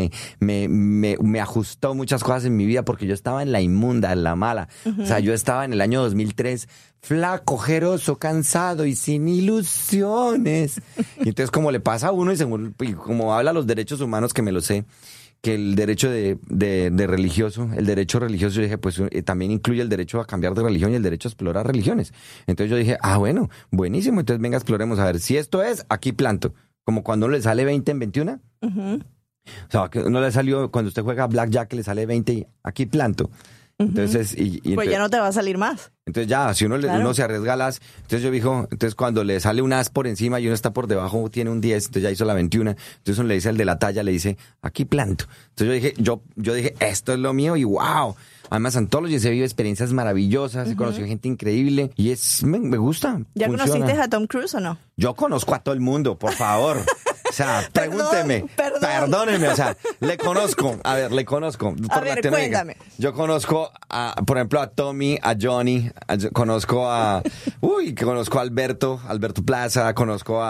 me ajustó muchas cosas en mi vida porque yo estaba en la inmunda, en la mala. O sea, yo estaba en el año 2003 flaco, ojeroso, cansado y sin ilusiones. Y entonces como le pasa a uno y como habla los derechos humanos, que me lo sé, que el derecho de religioso, el derecho religioso, yo dije, pues también incluye el derecho a cambiar de religión y el derecho a explorar religiones. Entonces yo dije, bueno, buenísimo, entonces venga, exploremos, a ver, si esto es, aquí planto. Como cuando uno le sale 20 en 21. O sea, que uno le salió, cuando usted juega Blackjack, le sale 20 y aquí planto. Entonces, Pues entonces, ya no te va a salir más. entonces ya, si uno, Claro. uno se arriesga a las... Entonces yo dijo, entonces cuando le sale un as por encima y uno está por debajo, tiene un 10, entonces ya hizo la 21. Entonces uno le dice al de la talla, le dice, aquí planto. Entonces yo dije, esto es lo mío y wow. Además, Scientology se vive experiencias maravillosas, he conocido gente increíble y me gusta. ¿Ya funciona. conociste a Tom Cruise o no? Yo conozco a todo el mundo, por favor. O sea, pregúnteme. Perdón. Perdóneme, o sea, le conozco. A ver, le conozco. A ver, Latinoamérica. cuéntame. Yo conozco, por ejemplo, a Tommy, a Johnny, conozco a Alberto Plaza, conozco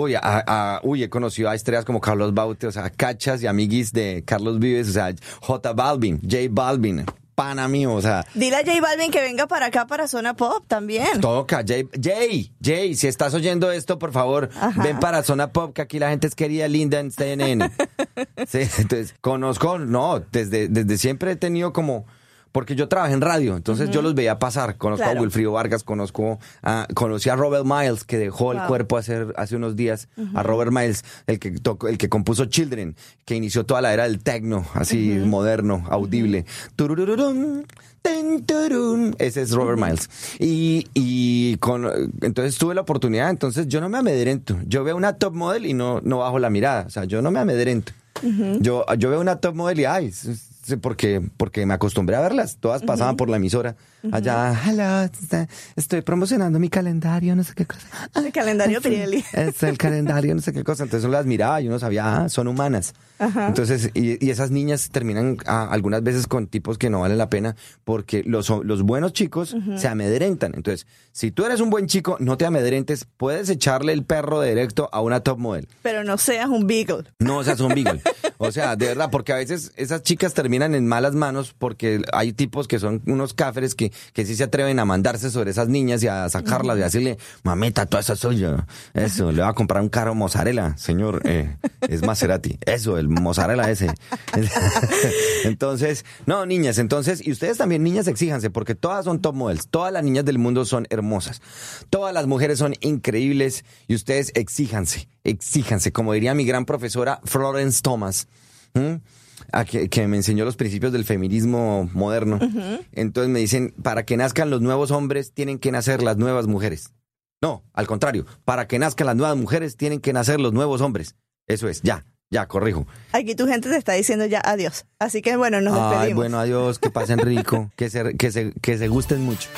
he conocido a estrellas como Carlos Baute, o sea, cachas y amiguis de Carlos Vives, o sea, J Balvin, pana mío, o sea... Dile a J Balvin que venga para acá, para Zona Pop, también. Toca, Jay, si estás oyendo esto, por favor, Ajá. ven para Zona Pop, que aquí la gente es querida, linda en CNN. Sí, entonces, desde siempre he tenido como... Porque yo trabajé en radio, entonces yo los veía pasar. Conozco Claro. a Wilfrido Vargas, conocí a Robert Miles, que dejó el cuerpo hace unos días. A Robert Miles, el que compuso Children, que inició toda la era del techno, así moderno, audible. Turururum, ten, turun. Ese es Robert Miles. Entonces tuve la oportunidad, entonces yo no me amedrento. Yo veo una top model y no bajo la mirada. O sea, yo no me amedrento. Yo veo una top model y porque me acostumbré a verlas, todas pasaban por la emisora, allá, hello, estoy promocionando mi calendario, no sé qué cosa. El calendario Pirelli. Es el calendario, no sé qué cosa, entonces uno las miraba y uno sabía, son humanas. Entonces, y esas niñas terminan algunas veces con tipos que no valen la pena, porque los buenos chicos se amedrentan. Entonces, si tú eres un buen chico, no te amedrentes, puedes echarle el perro directo a una top model. Pero no seas un beagle. No seas un beagle. O sea, de verdad, porque a veces esas chicas terminan en malas manos porque hay tipos que son unos cáferes que sí se atreven a mandarse sobre esas niñas y a sacarlas y a decirle, mamita, toda esa es suya. Eso, le va a comprar un carro mozzarella, señor, es Maserati. Eso, el mozzarella ese. Entonces, no, niñas, y ustedes también, niñas, exíjanse, porque todas son top models, todas las niñas del mundo son hermosas, todas las mujeres son increíbles y ustedes exíjanse, como diría mi gran profesora Florence Thomas, que me enseñó los principios del feminismo moderno. Entonces me dicen, para que nazcan los nuevos hombres tienen que nacer las nuevas mujeres. No, al contrario, para que nazcan las nuevas mujeres tienen que nacer los nuevos hombres. Eso es, ya, corrijo. Aquí tu gente te está diciendo ya adiós. Así que bueno, nos despedimos. Ay, bueno, adiós, que pasen rico, que se gusten mucho.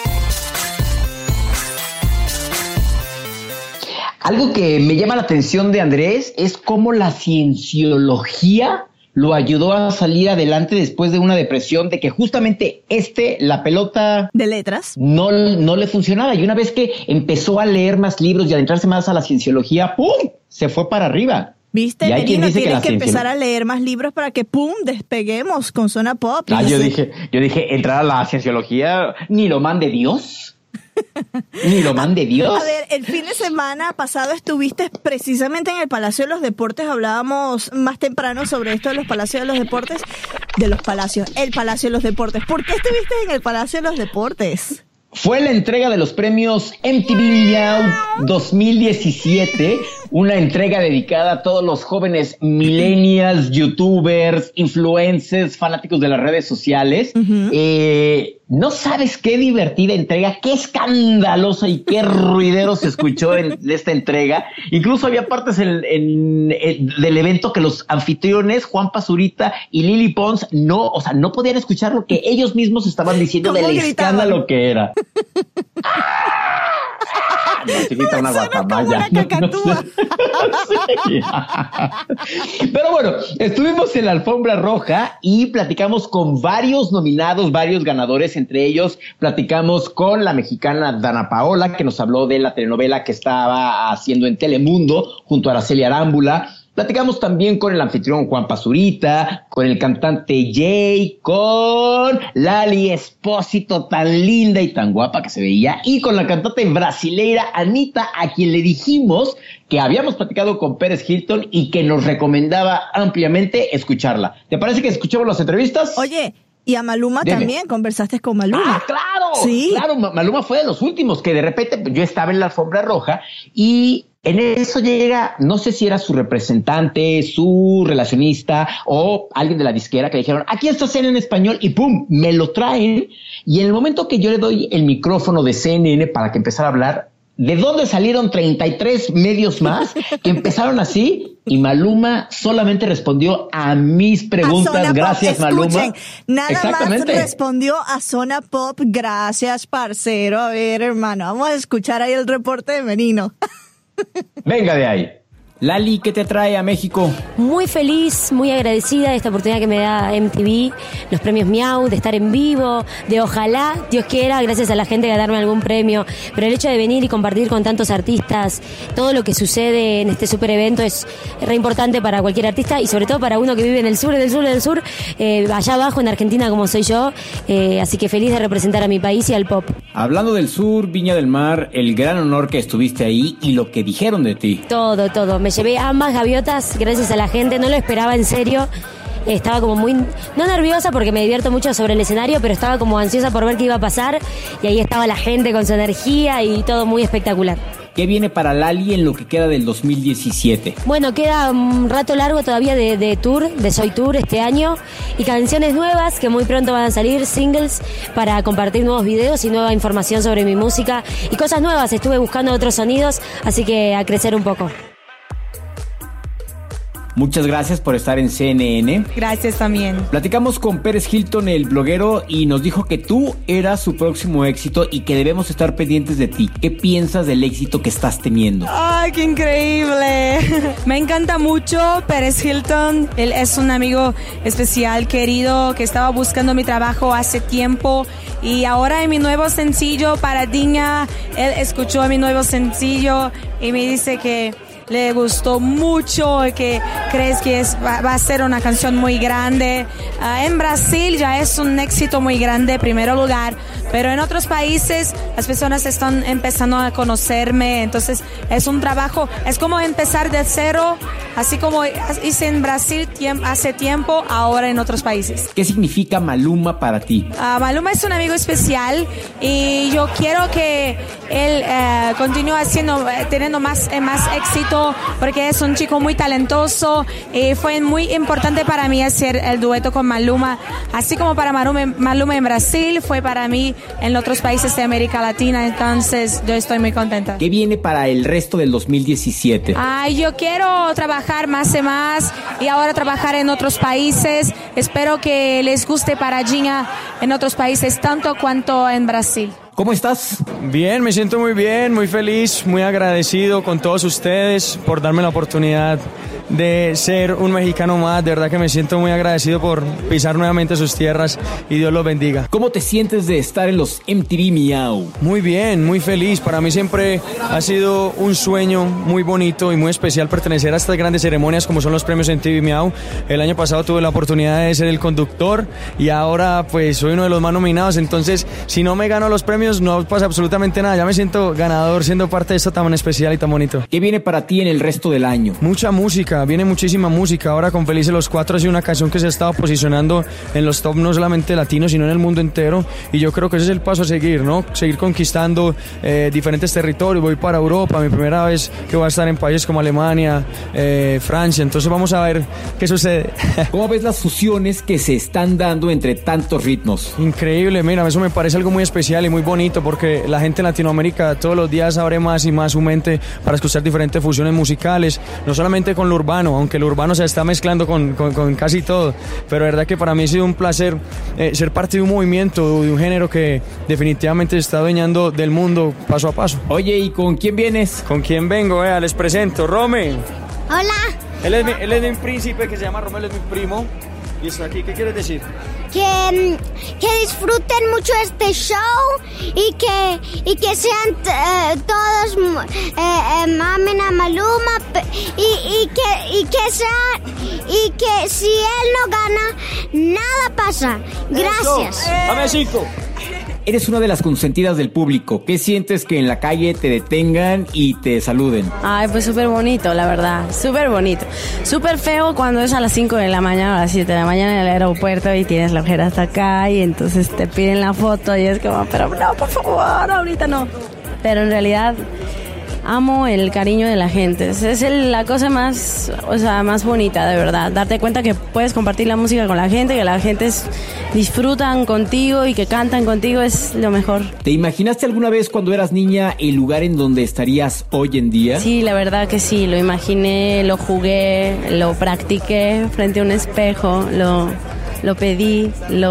Algo que me llama la atención de Andrés es cómo la cienciología lo ayudó a salir adelante después de una depresión, de que justamente la pelota de letras no le funcionaba. Y una vez que empezó a leer más libros y adentrarse más a la cienciología, ¡pum!, se fue para arriba. ¿Viste, Merino? Tienes que empezar a leer más libros para que, ¡pum!, despeguemos con Zona Pop. Yo dije, entrar a la cienciología, ni lo mande Dios. Ni lo mande Dios. A ver, el fin de semana pasado estuviste precisamente en el Palacio de los Deportes. Hablábamos más temprano sobre esto de los Palacios de los Deportes. El Palacio de los Deportes. ¿Por qué estuviste en el Palacio de los Deportes? Fue la entrega de los premios MTV Now 2017, una entrega dedicada a todos los jóvenes millennials, youtubers, influencers, fanáticos de las redes sociales. No sabes qué divertida entrega, qué escandalosa y qué ruidero se escuchó de esta entrega. Incluso había partes del evento que los anfitriones, Juan Pazurita y Lili Pons, no podían escuchar lo que ellos mismos estaban diciendo del escándalo que era. No, chiquita, una guacamaya. Sí. Pero bueno, estuvimos en la alfombra roja y platicamos con varios nominados, varios ganadores. Entre ellos platicamos con la mexicana Dana Paola, que nos habló de la telenovela que estaba haciendo en Telemundo junto a Araceli Arámbula. Platicamos también con el anfitrión Juan Pazurita, con el cantante Jay, con Lali Espósito, tan linda y tan guapa que se veía, y con la cantante brasileira Anitta, a quien le dijimos que habíamos platicado con Pérez Hilton y que nos recomendaba ampliamente escucharla. ¿Te parece que escuchemos las entrevistas? Oye, y a Maluma también, conversaste con Maluma. ¡Ah, claro! Sí. Claro, Maluma fue de los últimos que de repente yo estaba en la alfombra roja y en eso llega, no sé si era su representante, su relacionista o alguien de la disquera que le dijeron, aquí está CNN en español, y pum, me lo traen. Y en el momento que yo le doy el micrófono de CNN para que empezara a hablar, ¿de dónde salieron 33 medios más que empezaron así? Y Maluma solamente respondió a mis preguntas. Gracias, Maluma. Escuchen, nada más respondió a Zona Pop. Gracias, parcero. A ver, hermano, vamos a escuchar ahí el reporte de Merino. Venga de ahí. Lali, ¿qué te trae a México? Muy feliz, muy agradecida de esta oportunidad que me da MTV, los premios Miau, de estar en vivo, de ojalá, Dios quiera, gracias a la gente, ganarme algún premio. Pero el hecho de venir y compartir con tantos artistas, todo lo que sucede en este super evento es re importante para cualquier artista y sobre todo para uno que vive en el sur, allá abajo en Argentina como soy yo. Así que feliz de representar a mi país y al pop. Hablando del sur, Viña del Mar, el gran honor que estuviste ahí y lo que dijeron de ti. Todo. Me llevé ambas gaviotas gracias a la gente, no lo esperaba en serio. Estaba como muy, no nerviosa porque me divierto mucho sobre el escenario, pero estaba como ansiosa por ver qué iba a pasar y ahí estaba la gente con su energía y todo muy espectacular. ¿Qué viene para Lali en lo que queda del 2017? Bueno, queda un rato largo todavía de tour, de Soy Tour este año, y canciones nuevas que muy pronto van a salir, singles, para compartir nuevos videos y nueva información sobre mi música y cosas nuevas. Estuve buscando otros sonidos, así que a crecer un poco. Muchas gracias por estar en CNN. Gracias también. Platicamos con Pérez Hilton, el bloguero, y nos dijo que tú eras su próximo éxito y que debemos estar pendientes de ti. ¿Qué piensas del éxito que estás teniendo? ¡Ay, qué increíble! Me encanta mucho Pérez Hilton. Él es un amigo especial, querido, que estaba buscando mi trabajo hace tiempo. Y ahora en mi nuevo sencillo, Paradiña, él escuchó mi nuevo sencillo y me dice que le gustó mucho, que crees que va a ser una canción muy grande. En Brasil ya es un éxito muy grande, primer lugar, pero en otros países las personas están empezando a conocerme, entonces es un trabajo, es como empezar de cero, así como hice en Brasil hace tiempo, ahora en otros países. ¿Qué significa Maluma para ti? Maluma es un amigo especial y yo quiero que él continúe teniendo más éxito, porque es un chico muy talentoso y fue muy importante para mí hacer el dueto con Maluma, así como para Maluma en Brasil, fue para mí en otros países de América Latina, entonces yo estoy muy contenta. ¿Qué viene para el resto del 2017? Yo quiero trabajar más y más y ahora trabajar en otros países. Espero que les guste Paradinha en otros países tanto cuanto en Brasil. ¿Cómo estás? Bien, me siento muy bien, muy feliz, muy agradecido con todos ustedes por darme la oportunidad de ser un mexicano más. De verdad que me siento muy agradecido por pisar nuevamente sus tierras y Dios los bendiga. ¿Cómo te sientes de estar en los MTV Miau? Muy bien, muy feliz. Para mí siempre ha sido un sueño muy bonito y muy especial pertenecer a estas grandes ceremonias como son los premios MTV Miau. El año pasado tuve la oportunidad de ser el conductor y ahora pues soy uno de los más nominados. Entonces, si no me gano los premios, no pasa absolutamente nada. Ya me siento ganador siendo parte de esto tan especial y tan bonito. ¿Qué viene para ti en el resto del año? Mucha música, viene muchísima música. Ahora con Felices los Cuatro ha sido una canción que se ha estado posicionando en los top no solamente latinos, sino en el mundo entero. Y yo creo que ese es el paso a seguir, ¿no? Seguir conquistando diferentes territorios. Voy para Europa, mi primera vez que voy a estar en países como Alemania, Francia. Entonces vamos a ver qué sucede. ¿Cómo ves las fusiones que se están dando entre tantos ritmos? Increíble, mira, eso me parece algo muy especial y muy bonito, porque la gente en Latinoamérica todos los días abre más y más su mente para escuchar diferentes fusiones musicales, no solamente con lo urbano, aunque lo urbano se está mezclando con casi todo, pero la verdad que para mí ha sido un placer ser parte de un movimiento, de un género que definitivamente se está adueñando del mundo paso a paso. Oye, ¿y con quién vienes? ¿Con quién vengo? Les presento, Rome. Hola. Él es mi príncipe que se llama Rome, él es mi primo. Y está aquí, ¿qué quieres decir? Que disfruten mucho este show y que sean todos amen a Maluma y que si él no gana nada pasa. Gracias. Dame 5. Eres una de las consentidas del público. ¿Qué sientes que en la calle te detengan y te saluden? Ay, pues súper bonito, la verdad. Súper bonito. Súper feo cuando es a las 5 de la mañana o a las 7 de la mañana en el aeropuerto y tienes la ojera hasta acá y entonces te piden la foto y es como, pero no, por favor, ahorita no. Pero en realidad amo el cariño de la gente. Es la cosa más bonita, de verdad. Darte cuenta que puedes compartir la música con la gente, que la gente disfrutan contigo y que cantan contigo, es lo mejor. ¿Te imaginaste alguna vez cuando eras niña el lugar en donde estarías hoy en día? Sí, la verdad que sí. Lo imaginé, lo jugué, lo practiqué frente a un espejo, lo pedí,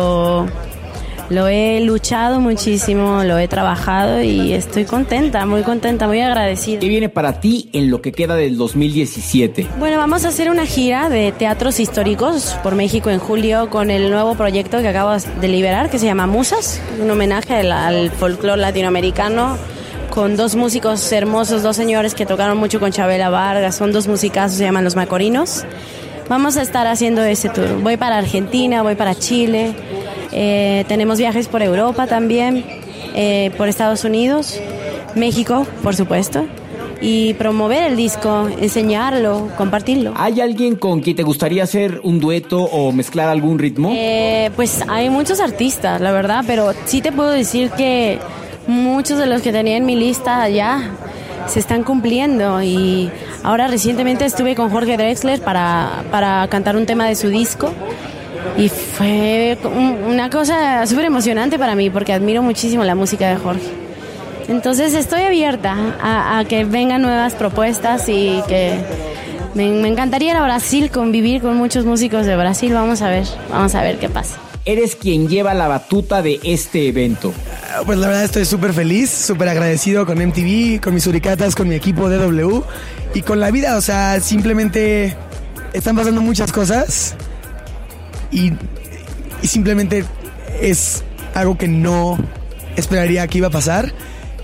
lo he luchado muchísimo, lo he trabajado y estoy contenta, muy agradecida. ¿Qué viene para ti en lo que queda del 2017? Bueno, vamos a hacer una gira de teatros históricos por México en julio con el nuevo proyecto que acabo de liberar, que se llama Musas, un homenaje al folclore latinoamericano, con 2 músicos hermosos, 2 señores que tocaron mucho con Chabela Vargas, son 2 musicazos, se llaman Los Macorinos. Vamos a estar haciendo ese tour. Voy para Argentina, voy para Chile. Tenemos viajes por Europa también, por Estados Unidos, México, por supuesto, y promover el disco, enseñarlo, compartirlo. ¿Hay alguien con quien te gustaría hacer un dueto o mezclar algún ritmo? Pues hay muchos artistas, la verdad, pero sí te puedo decir que muchos de los que tenía en mi lista ya se están cumpliendo y ahora recientemente estuve con Jorge Drexler para cantar un tema de su disco. Y fue una cosa súper emocionante para mí porque admiro muchísimo la música de Jorge. Entonces estoy abierta a que vengan nuevas propuestas y que me encantaría ir a Brasil, convivir con muchos músicos de Brasil. Vamos a ver qué pasa. Eres quien lleva la batuta de este evento. Pues la verdad estoy súper feliz, súper agradecido con MTV, con mis suricatas, con mi equipo DW y con la vida. O sea, simplemente están pasando muchas cosas. Y simplemente es algo que no esperaría que iba a pasar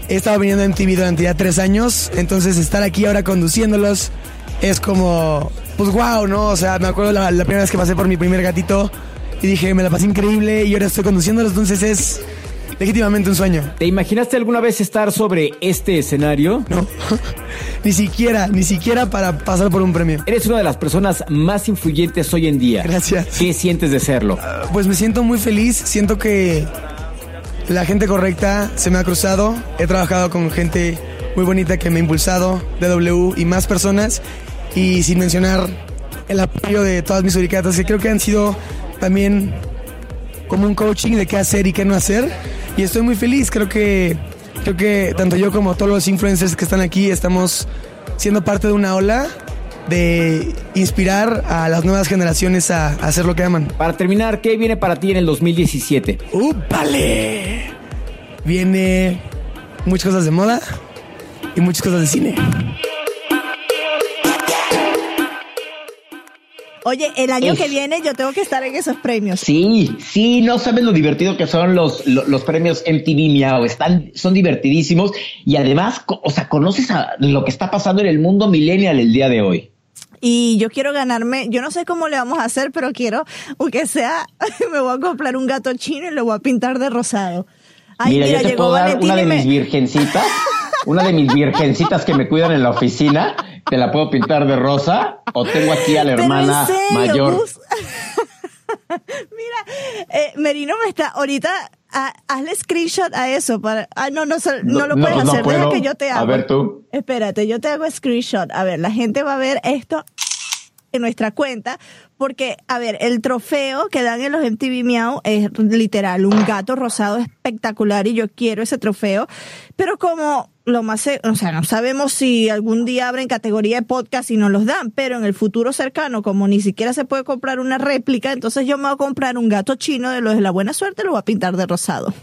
he estado viniendo a MTV durante ya 3 años, entonces estar aquí ahora conduciéndolos es como, pues wow, ¿no? O sea, me acuerdo la primera vez que pasé por mi primer gatito y dije, me la pasé increíble y ahora estoy conduciéndolos, entonces es legítimamente un sueño. ¿Te imaginaste alguna vez estar sobre este escenario? No, ni siquiera para pasar por un premio. Eres una de las personas más influyentes hoy en día. Gracias. ¿Qué sientes de serlo? Pues me siento muy feliz, siento que la gente correcta se me ha cruzado, he trabajado con gente muy bonita que me ha impulsado, DW y más personas, y sin mencionar el apoyo de todas mis suricatas, que creo que han sido también como un coaching de qué hacer y qué no hacer, y estoy muy feliz. Creo que tanto yo como todos los influencers que están aquí estamos siendo parte de una ola de inspirar a las nuevas generaciones a hacer lo que aman. Para terminar, ¿qué viene para ti en el 2017? ¡Úpale! Viene muchas cosas de moda y muchas cosas de cine. Oye, el año que viene yo tengo que estar en esos premios. Sí, no sabes lo divertido que son los premios MTV Miau. Son divertidísimos y además, o sea, conoces a lo que está pasando en el mundo millennial el día de hoy. Y yo quiero ganarme, yo no sé cómo le vamos a hacer, pero quiero, aunque sea, me voy a comprar un gato chino y lo voy a pintar de rosado. Ay, mira, yo te puedo dar una de mis virgencitas, una de mis virgencitas que me cuidan en la oficina, te la puedo pintar de rosa, o tengo aquí a la hermana mayor. Mira, Merino me está ahorita, hazle screenshot a eso para, no lo puedes hacer, deja que yo te hago. A ver tú. Espérate, yo te hago screenshot. A ver, la gente va a ver esto en nuestra cuenta, porque, a ver, el trofeo que dan en los MTV Miau es literal un gato rosado espectacular y yo quiero ese trofeo, pero como lo más, o sea, no sabemos si algún día abren categoría de podcast y nos los dan, pero en el futuro cercano, como ni siquiera se puede comprar una réplica, entonces yo me voy a comprar un gato chino de los de la buena suerte, lo voy a pintar de rosado.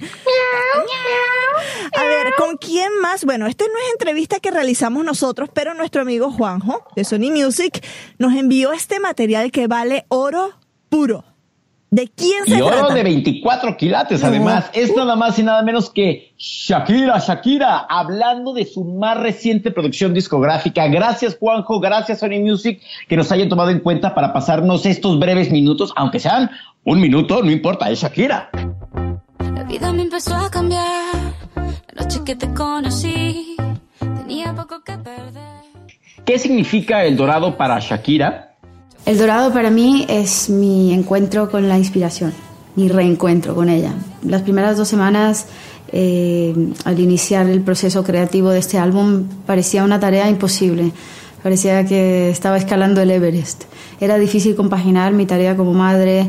A ver, ¿con quién más? Bueno, esta no es entrevista que realizamos nosotros, pero nuestro amigo Juanjo de Sony Music nos envió este material que vale oro puro. ¿De quién se trata? Y oro de 24 quilates, además. Es nada más y nada menos que Shakira, hablando de su más reciente producción discográfica. Gracias, Juanjo, gracias, Sony Music, que nos hayan tomado en cuenta para pasarnos estos breves minutos, aunque sean un minuto, no importa, es Shakira. La vida me empezó a cambiar, la noche que te conocí, tenía poco que perder. ¿Qué significa El Dorado para Shakira? El Dorado para mí es mi encuentro con la inspiración, mi reencuentro con ella. Las primeras 2 semanas, al iniciar el proceso creativo de este álbum, parecía una tarea imposible. Parecía que estaba escalando el Everest. Era difícil compaginar mi tarea como madre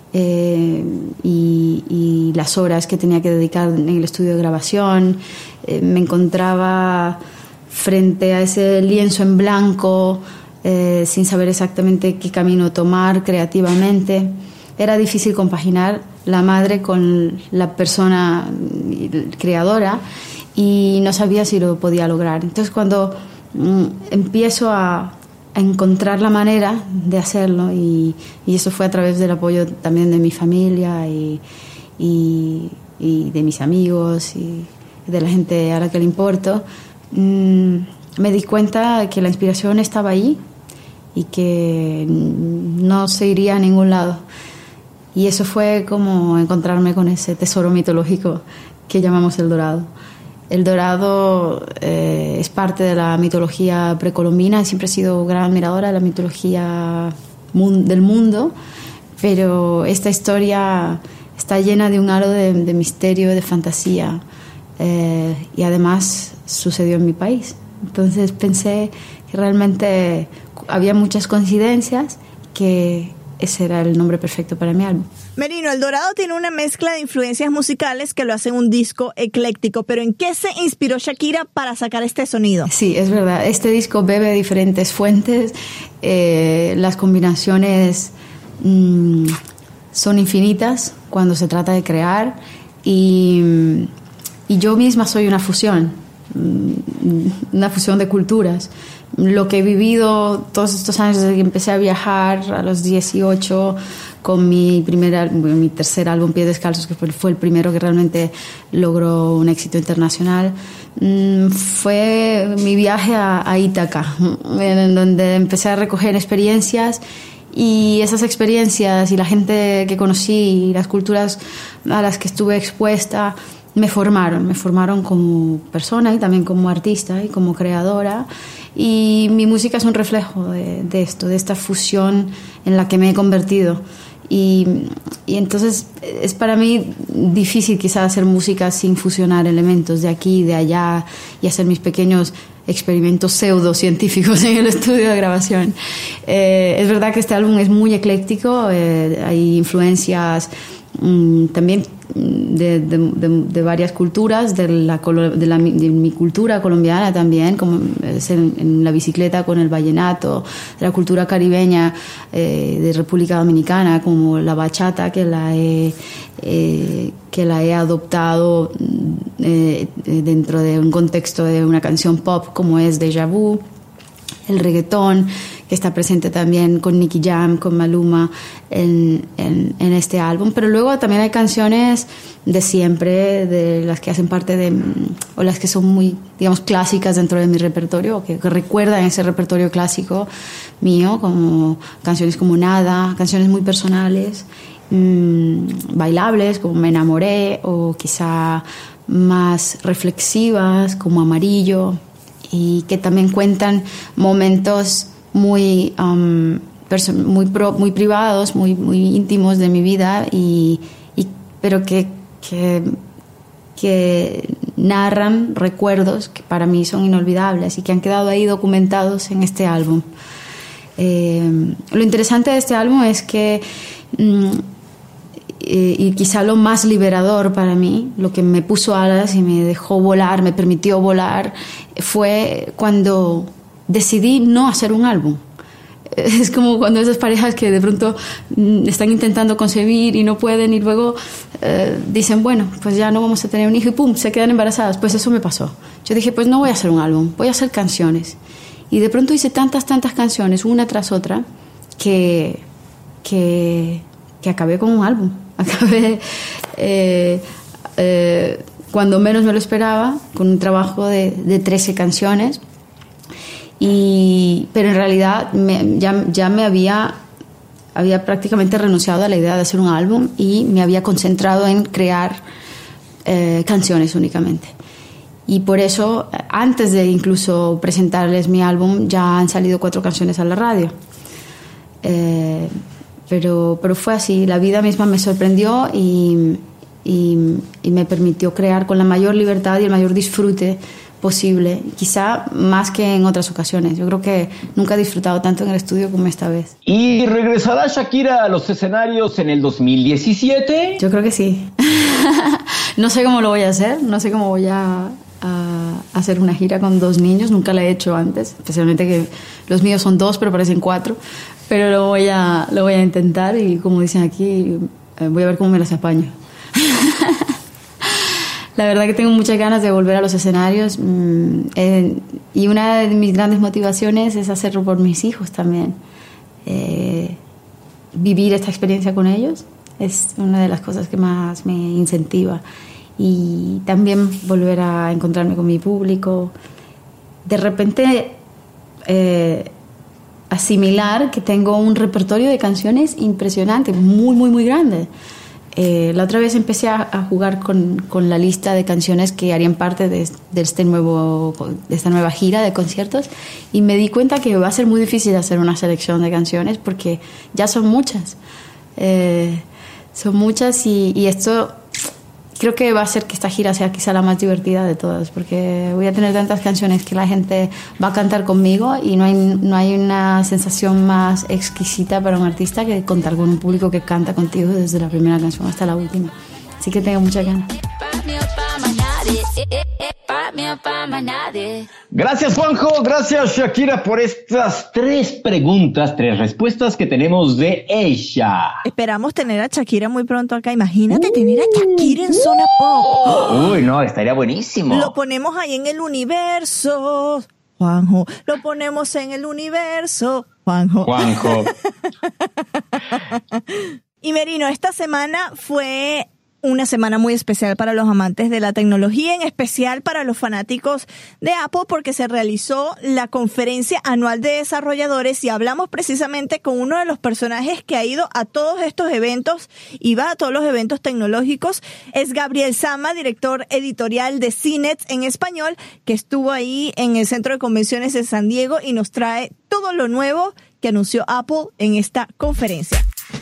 y las horas que tenía que dedicar en el estudio de grabación. Me encontraba frente a ese lienzo en blanco, sin saber exactamente qué camino tomar creativamente. Era difícil compaginar la madre con la persona creadora y no sabía si lo podía lograr. Entonces cuando empiezo a encontrar la manera de hacerlo, y eso fue a través del apoyo también de mi familia y de mis amigos y de la gente a la que le importo, me di cuenta que la inspiración estaba ahí y que no se iría a ningún lado. Y eso fue como encontrarme con ese tesoro mitológico que llamamos El Dorado. El Dorado es parte de la mitología precolombina. Siempre he sido gran admiradora de la mitología del mundo, pero esta historia está llena de un halo de misterio, de fantasía, y además sucedió en mi país. Entonces pensé que realmente había muchas coincidencias, que ese era el nombre perfecto para mi álbum. Merino, El Dorado tiene una mezcla de influencias musicales que lo hacen un disco ecléctico, pero ¿en qué se inspiró Shakira para sacar este sonido? Sí, es verdad. Este disco bebe de diferentes fuentes. Las combinaciones son infinitas cuando se trata de crear, y yo misma soy una fusión de culturas. Lo que he vivido todos estos años desde que empecé a viajar a los 18 con mi tercer álbum, Pies Descalzos, que fue el primero que realmente logró un éxito internacional. Fue mi viaje a Ítaca, en donde empecé a recoger experiencias, y esas experiencias y la gente que conocí y las culturas a las que estuve expuesta me formaron como persona y también como artista y como creadora, y mi música es un reflejo de esto, de esta fusión en la que me he convertido. Y entonces es para mí difícil quizás hacer música sin fusionar elementos de aquí y de allá y hacer mis pequeños experimentos pseudocientíficos en el estudio de grabación. Es verdad que este álbum es muy ecléctico, hay influencias también de varias culturas, de mi cultura colombiana también, como es en la bicicleta con el vallenato, de la cultura caribeña de República Dominicana, como la bachata, que la he adoptado dentro de un contexto de una canción pop como es Déjà Vu, el reggaetón, que está presente también con Nicky Jam, con Maluma en este álbum. Pero luego también hay canciones de siempre, de las que hacen parte o las que son muy, digamos, clásicas dentro de mi repertorio, o que recuerdan ese repertorio clásico mío, como canciones como Nada, canciones muy personales, bailables como Me Enamoré, o quizá más reflexivas como Amarillo, y que también cuentan momentos muy privados, muy íntimos de mi vida, pero que narran recuerdos que para mí son inolvidables y que han quedado ahí documentados en este álbum. Lo interesante de este álbum es que y quizá lo más liberador para mí, lo que me puso alas y me dejó volar, me permitió volar, fue cuando decidí no hacer un álbum. Es como cuando esas parejas que de pronto están intentando concebir y no pueden, y luego dicen, bueno, pues ya no vamos a tener un hijo, y pum, se quedan embarazadas. Pues eso me pasó. Yo dije, pues no voy a hacer un álbum, voy a hacer canciones. Y de pronto hice tantas canciones, una tras otra, que acabé con un álbum. Acabé cuando menos me lo esperaba, con un trabajo de 13 canciones, pero en realidad ya me había prácticamente renunciado a la idea de hacer un álbum y me había concentrado en crear canciones únicamente. Y por eso, antes de incluso presentarles mi álbum, ya han salido 4 canciones a la radio. Pero fue así, la vida misma me sorprendió y me permitió crear con la mayor libertad y el mayor disfrute posible, quizá más que en otras ocasiones. Yo creo que nunca he disfrutado tanto en el estudio como esta vez. ¿Y regresará Shakira a los escenarios en el 2017? Yo creo que sí. No sé cómo lo voy a hacer, no sé cómo voy a hacer una gira con 2 niños, nunca la he hecho antes, especialmente que los míos son 2 pero parecen 4, pero lo voy a intentar, y como dicen aquí, voy a ver cómo me las apaño. La verdad que tengo muchas ganas de volver a los escenarios, y una de mis grandes motivaciones es hacerlo por mis hijos también. Vivir esta experiencia con ellos es una de las cosas que más me incentiva, y también volver a encontrarme con mi público. De repente asimilar que tengo un repertorio de canciones impresionante, muy grande. La otra vez empecé a jugar con la lista de canciones que harían parte de esta nueva gira de conciertos, y me di cuenta que va a ser muy difícil hacer una selección de canciones porque ya son muchas. Son muchas, y esto creo que va a hacer que esta gira sea quizá la más divertida de todas, porque voy a tener tantas canciones que la gente va a cantar conmigo, y no hay una sensación más exquisita para un artista que contar con un público que canta contigo desde la primera canción hasta la última. Así que tengo muchas ganas. Gracias, Juanjo, gracias, Shakira, por estas 3 respuestas que tenemos de ella. Esperamos tener a Shakira muy pronto acá. Imagínate tener a Shakira en Zona Pop. Uy, no, estaría buenísimo. Lo ponemos ahí en el universo, Juanjo. Lo ponemos en el universo, Juanjo. Y Merino, esta semana fue una semana muy especial para los amantes de la tecnología, en especial para los fanáticos de Apple, porque se realizó la conferencia anual de desarrolladores y hablamos precisamente con uno de los personajes que ha ido a todos estos eventos y va a todos los eventos tecnológicos. Es Gabriel Sama, director editorial de CNET en español, que estuvo ahí en el Centro de Convenciones de San Diego y nos trae todo lo nuevo que anunció Apple en esta conferencia.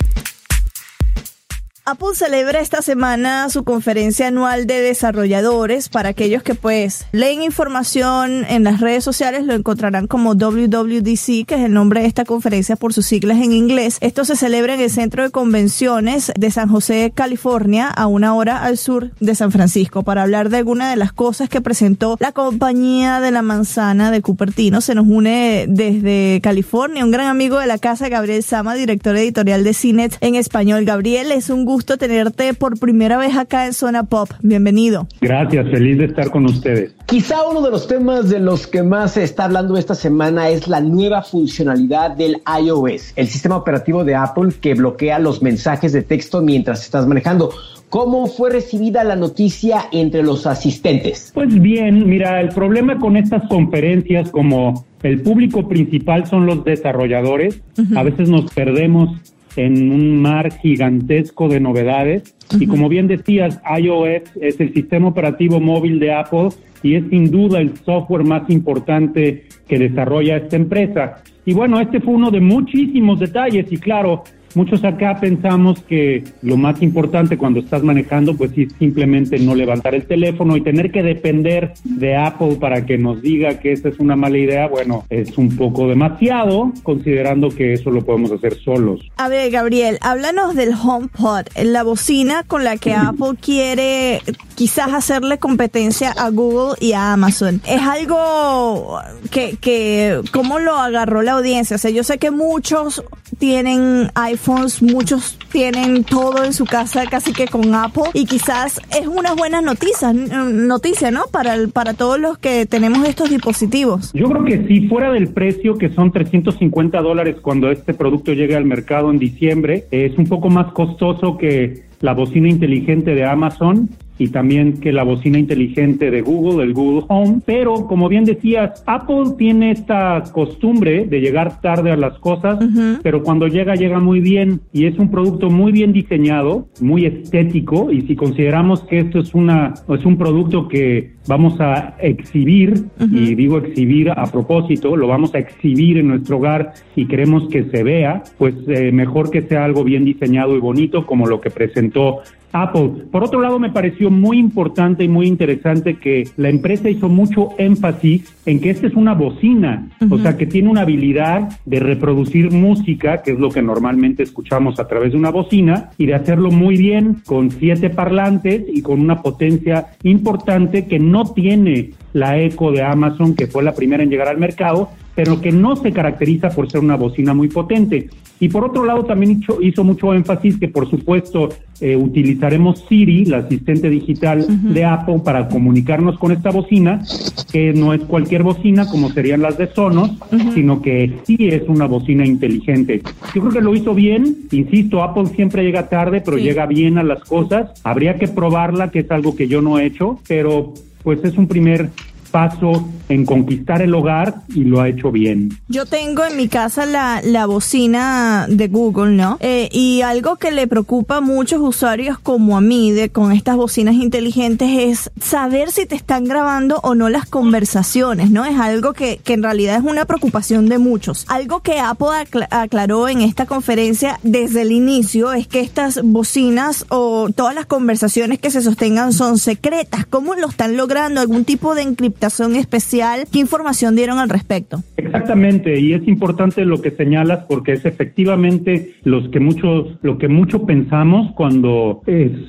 Apple celebra esta semana su conferencia anual de desarrolladores. Para aquellos que pues leen información en las redes sociales, lo encontrarán como WWDC, que es el nombre de esta conferencia por sus siglas en inglés. Esto se celebra en el Centro de Convenciones de San José, California, a 1 hora al sur de San Francisco. Para hablar de alguna de las cosas que presentó la compañía de la manzana de Cupertino, se nos une desde California un gran amigo de la casa, Gabriel Sama, director editorial de CNET en español. Gabriel, es un gusto tenerte por primera vez acá en Zona Pop. Bienvenido. Gracias, feliz de estar con ustedes. Quizá uno de los temas de los que más se está hablando esta semana es la nueva funcionalidad del iOS, el sistema operativo de Apple que bloquea los mensajes de texto mientras estás manejando. ¿Cómo fue recibida la noticia entre los asistentes? Pues bien, mira, el problema con estas conferencias, como el público principal son los desarrolladores, a veces nos perdemos en un mar gigantesco de novedades. Y como bien decías, iOS es el sistema operativo móvil de Apple y es sin duda el software más importante que desarrolla esta empresa. Y bueno, este fue uno de muchísimos detalles y claro, muchos acá pensamos que lo más importante cuando estás manejando pues es simplemente no levantar el teléfono y tener que depender de Apple para que nos diga que esa es una mala idea. Bueno, es un poco demasiado considerando que eso lo podemos hacer solos. A ver, Gabriel, háblanos del HomePod, la bocina con la que Apple quiere quizás hacerle competencia a Google y a Amazon. Es algo que ¿cómo lo agarró la audiencia? O sea, yo sé que muchos tienen iPhones, muchos tienen todo en su casa casi que con Apple y quizás es una buena noticia, ¿no? Para todos los que tenemos estos dispositivos. Yo creo que si fuera del precio, que son $350 cuando este producto llegue al mercado en diciembre, es un poco más costoso que la bocina inteligente de Amazon y también que la bocina inteligente de Google, el Google Home, pero como bien decías, Apple tiene esta costumbre de llegar tarde a las cosas, pero cuando llega muy bien y es un producto muy bien diseñado, muy estético, y si consideramos que esto es un producto que vamos a exhibir, y digo exhibir a propósito, lo vamos a exhibir en nuestro hogar y queremos que se vea, pues mejor que sea algo bien diseñado y bonito como lo que presentó Apple. Por otro lado, me pareció muy importante y muy interesante que la empresa hizo mucho énfasis en que esta es una bocina, o sea, que tiene una habilidad de reproducir música, que es lo que normalmente escuchamos a través de una bocina, y de hacerlo muy bien, con 7 parlantes y con una potencia importante que no tiene la Echo de Amazon, que fue la primera en llegar al mercado, pero que no se caracteriza por ser una bocina muy potente. Y por otro lado también hizo mucho énfasis que por supuesto utilizaremos Siri, la asistente digital de Apple, para comunicarnos con esta bocina, que no es cualquier bocina como serían las de Sonos, sino que sí es una bocina inteligente. Yo creo que lo hizo bien, insisto, Apple siempre llega tarde, pero llega bien a las cosas. Habría que probarla, que es algo que yo no he hecho, pero pues es un primer paso en conquistar el hogar y lo ha hecho bien. Yo tengo en mi casa la bocina de Google, ¿no? Y algo que le preocupa a muchos usuarios como a mí con estas bocinas inteligentes es saber si te están grabando o no las conversaciones, ¿no? Es algo que en realidad es una preocupación de muchos. Algo que Apple aclaró en esta conferencia desde el inicio es que estas bocinas o todas las conversaciones que se sostengan son secretas. ¿Cómo lo están logrando? ¿Algún tipo de encriptación especial? ¿Qué información dieron al respecto? Exactamente, y es importante lo que señalas porque es efectivamente lo que mucho pensamos cuando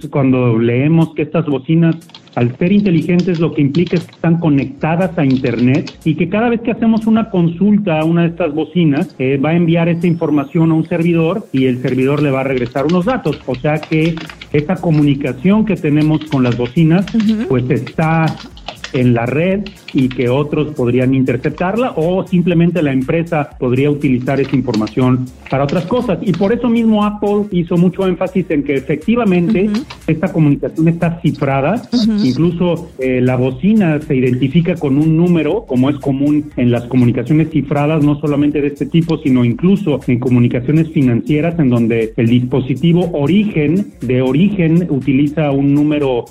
leemos que estas bocinas, al ser inteligentes, lo que implica es que están conectadas a Internet y que cada vez que hacemos una consulta a una de estas bocinas, va a enviar esa información a un servidor y el servidor le va a regresar unos datos. O sea que esa comunicación que tenemos con las bocinas, pues está en la red y que otros podrían interceptarla, o simplemente la empresa podría utilizar esa información para otras cosas. Y por eso mismo Apple hizo mucho énfasis en que efectivamente esta comunicación está cifrada. Incluso la bocina se identifica con un número, como es común en las comunicaciones cifradas, no solamente de este tipo, sino incluso en comunicaciones financieras, en donde el dispositivo de origen utiliza un número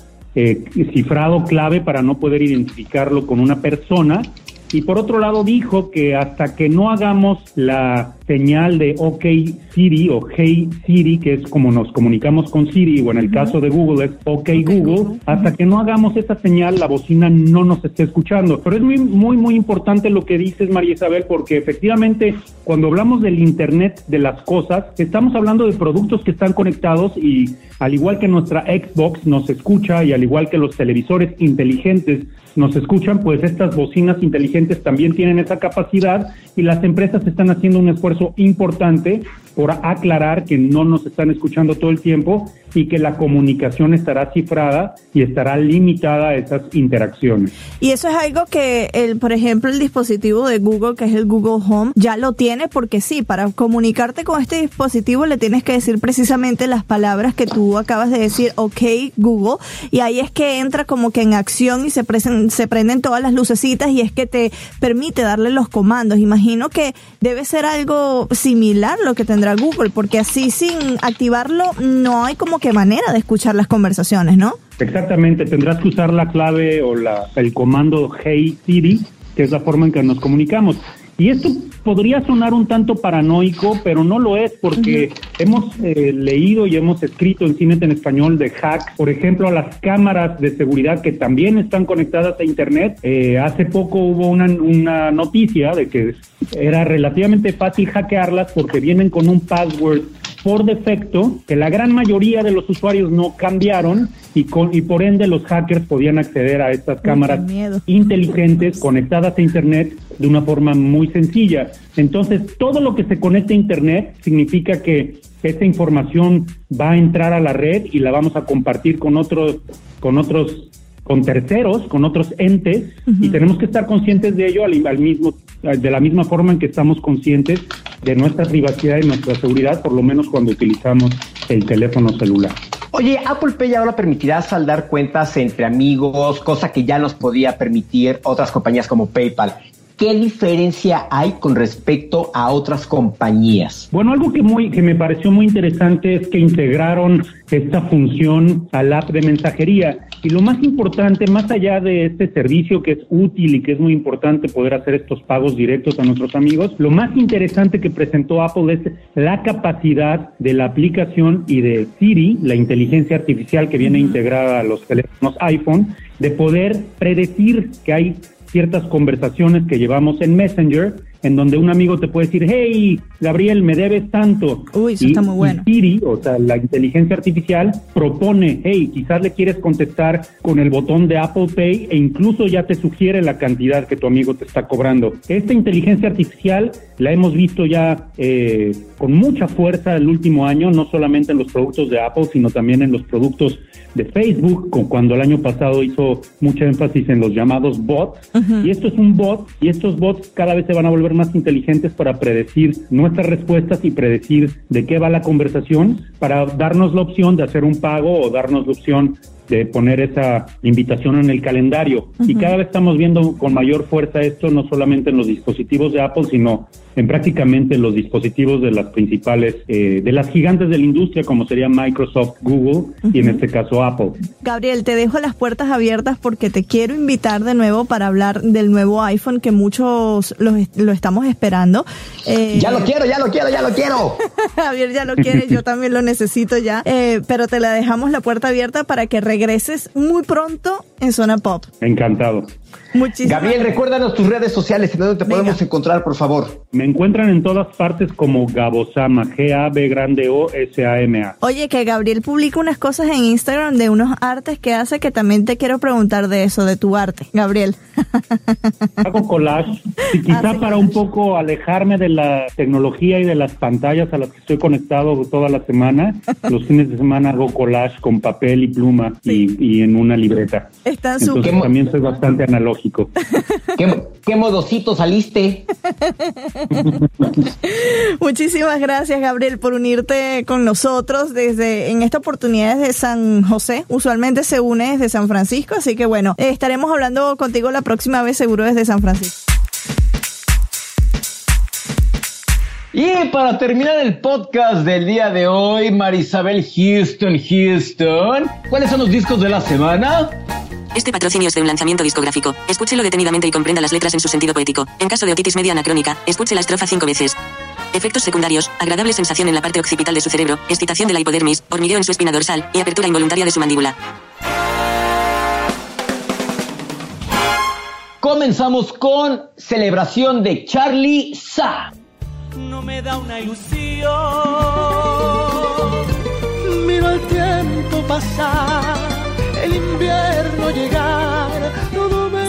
cifrado clave para no poder identificarlo con una persona. Y por otro lado dijo que hasta que no hagamos la señal de OK Siri o Hey Siri, que es como nos comunicamos con Siri, o en el caso de Google es OK Google, hasta que no hagamos esa señal, la bocina no nos está escuchando. Pero es muy importante lo que dices, María Isabel, porque efectivamente cuando hablamos del Internet de las cosas, estamos hablando de productos que están conectados, y al igual que nuestra Xbox nos escucha y al igual que los televisores inteligentes nos escuchan, pues estas bocinas inteligentes también tienen esa capacidad, y las empresas están haciendo un esfuerzo importante por aclarar que no nos están escuchando todo el tiempo y que la comunicación estará cifrada y estará limitada a esas interacciones. Y eso es algo que, por ejemplo, el dispositivo de Google, que es el Google Home, ya lo tiene, porque sí, para comunicarte con este dispositivo le tienes que decir precisamente las palabras que tú acabas de decir, OK Google, y ahí es que entra como que en acción y se prenden todas las lucecitas, y es que te permite darle los comandos. Imagino que debe ser algo similar lo que tendrá Google, porque así sin activarlo no hay como que manera de escuchar las conversaciones, ¿no? Exactamente, tendrás que usar la clave o el comando Hey Siri, que es la forma en que nos comunicamos. Y esto podría sonar un tanto paranoico, pero no lo es, porque hemos leído y hemos escrito en Cine en Español de hacks, por ejemplo, a las cámaras de seguridad que también están conectadas a Internet. Hace poco hubo una noticia de que era relativamente fácil hackearlas porque vienen con un password por defecto que la gran mayoría de los usuarios no cambiaron, y por ende los hackers podían acceder a estas cámaras inteligentes conectadas a Internet de una forma muy sencilla. Entonces, todo lo que se conecte a Internet significa que esta información va a entrar a la red y la vamos a compartir con terceros, con otros entes, y tenemos que estar conscientes de ello de la misma forma en que estamos conscientes de nuestra privacidad y nuestra seguridad, por lo menos cuando utilizamos el teléfono celular. Oye, Apple Pay ahora permitirá saldar cuentas entre amigos, cosa que ya nos podía permitir otras compañías como PayPal. ¿Qué diferencia hay con respecto a otras compañías? Bueno, algo que me pareció muy interesante es que integraron esta función al app de mensajería. Y lo más importante, más allá de este servicio que es útil y que es muy importante poder hacer estos pagos directos a nuestros amigos, lo más interesante que presentó Apple es la capacidad de la aplicación y de Siri, la inteligencia artificial que viene integrada a los teléfonos iPhone, de poder predecir que hay ciertas conversaciones que llevamos en Messenger, en donde un amigo te puede decir, hey, Gabriel, me debes tanto. Uy, eso está muy bueno. Y Siri, o sea, la inteligencia artificial, propone, hey, quizás le quieres contestar con el botón de Apple Pay, e incluso ya te sugiere la cantidad que tu amigo te está cobrando. Esta inteligencia artificial la hemos visto ya con mucha fuerza el último año, no solamente en los productos de Apple, sino también en los productos de Facebook, cuando el año pasado hizo mucho énfasis en los llamados bots. Y esto es un bot, y estos bots cada vez se van a volver más inteligentes para predecir nuestras respuestas y predecir de qué va la conversación, para darnos la opción de hacer un pago o darnos la opción de poner esa invitación en el calendario. Y cada vez estamos viendo con mayor fuerza esto, no solamente en los dispositivos de Apple, sino en prácticamente los dispositivos de las principales, de las gigantes de la industria, como sería Microsoft, Google y en este caso Apple. Gabriel, te dejo las puertas abiertas porque te quiero invitar de nuevo para hablar del nuevo iPhone, que muchos lo estamos esperando. Ya lo quiero. Javier ya lo quiere, yo también lo necesito ya. Pero te la dejamos la puerta abierta para que regreses muy pronto en Zona Pop. Encantado. Muchísimas Gabriel, recuérdanos tus redes sociales, en dónde te podemos encontrar, por favor. Me encuentran en todas partes como Gabosama, Gabosama. Oye, que Gabriel publica unas cosas en Instagram de unos artes que hace, que también te quiero preguntar de eso, de tu arte, Gabriel. Hago collage, y quizá para un poco alejarme de la tecnología y de las pantallas a las que estoy conectado toda la semana. Los fines de semana hago collage con papel y pluma y en una libreta. Entonces también soy bastante analógico. ¿Qué modosito saliste? Muchísimas gracias, Gabriel, por unirte con nosotros en esta oportunidad desde San José. Usualmente se une desde San Francisco, así que bueno, estaremos hablando contigo la próxima vez seguro desde San Francisco. Y para terminar el podcast del día de hoy, Marisabel Houston, ¿cuáles son los discos de la semana? Este patrocinio es de un lanzamiento discográfico. Escúchelo detenidamente y comprenda las letras en su sentido poético. En caso de otitis media anacrónica, escuche la estrofa 5 veces. Efectos secundarios: agradable sensación en la parte occipital de su cerebro, excitación de la hipodermis, hormigueo en su espina dorsal y apertura involuntaria de su mandíbula. Comenzamos con Celebración de Charly Sa. No me da una ilusión, miro el tiempo pasar, el invierno llegar, todo me...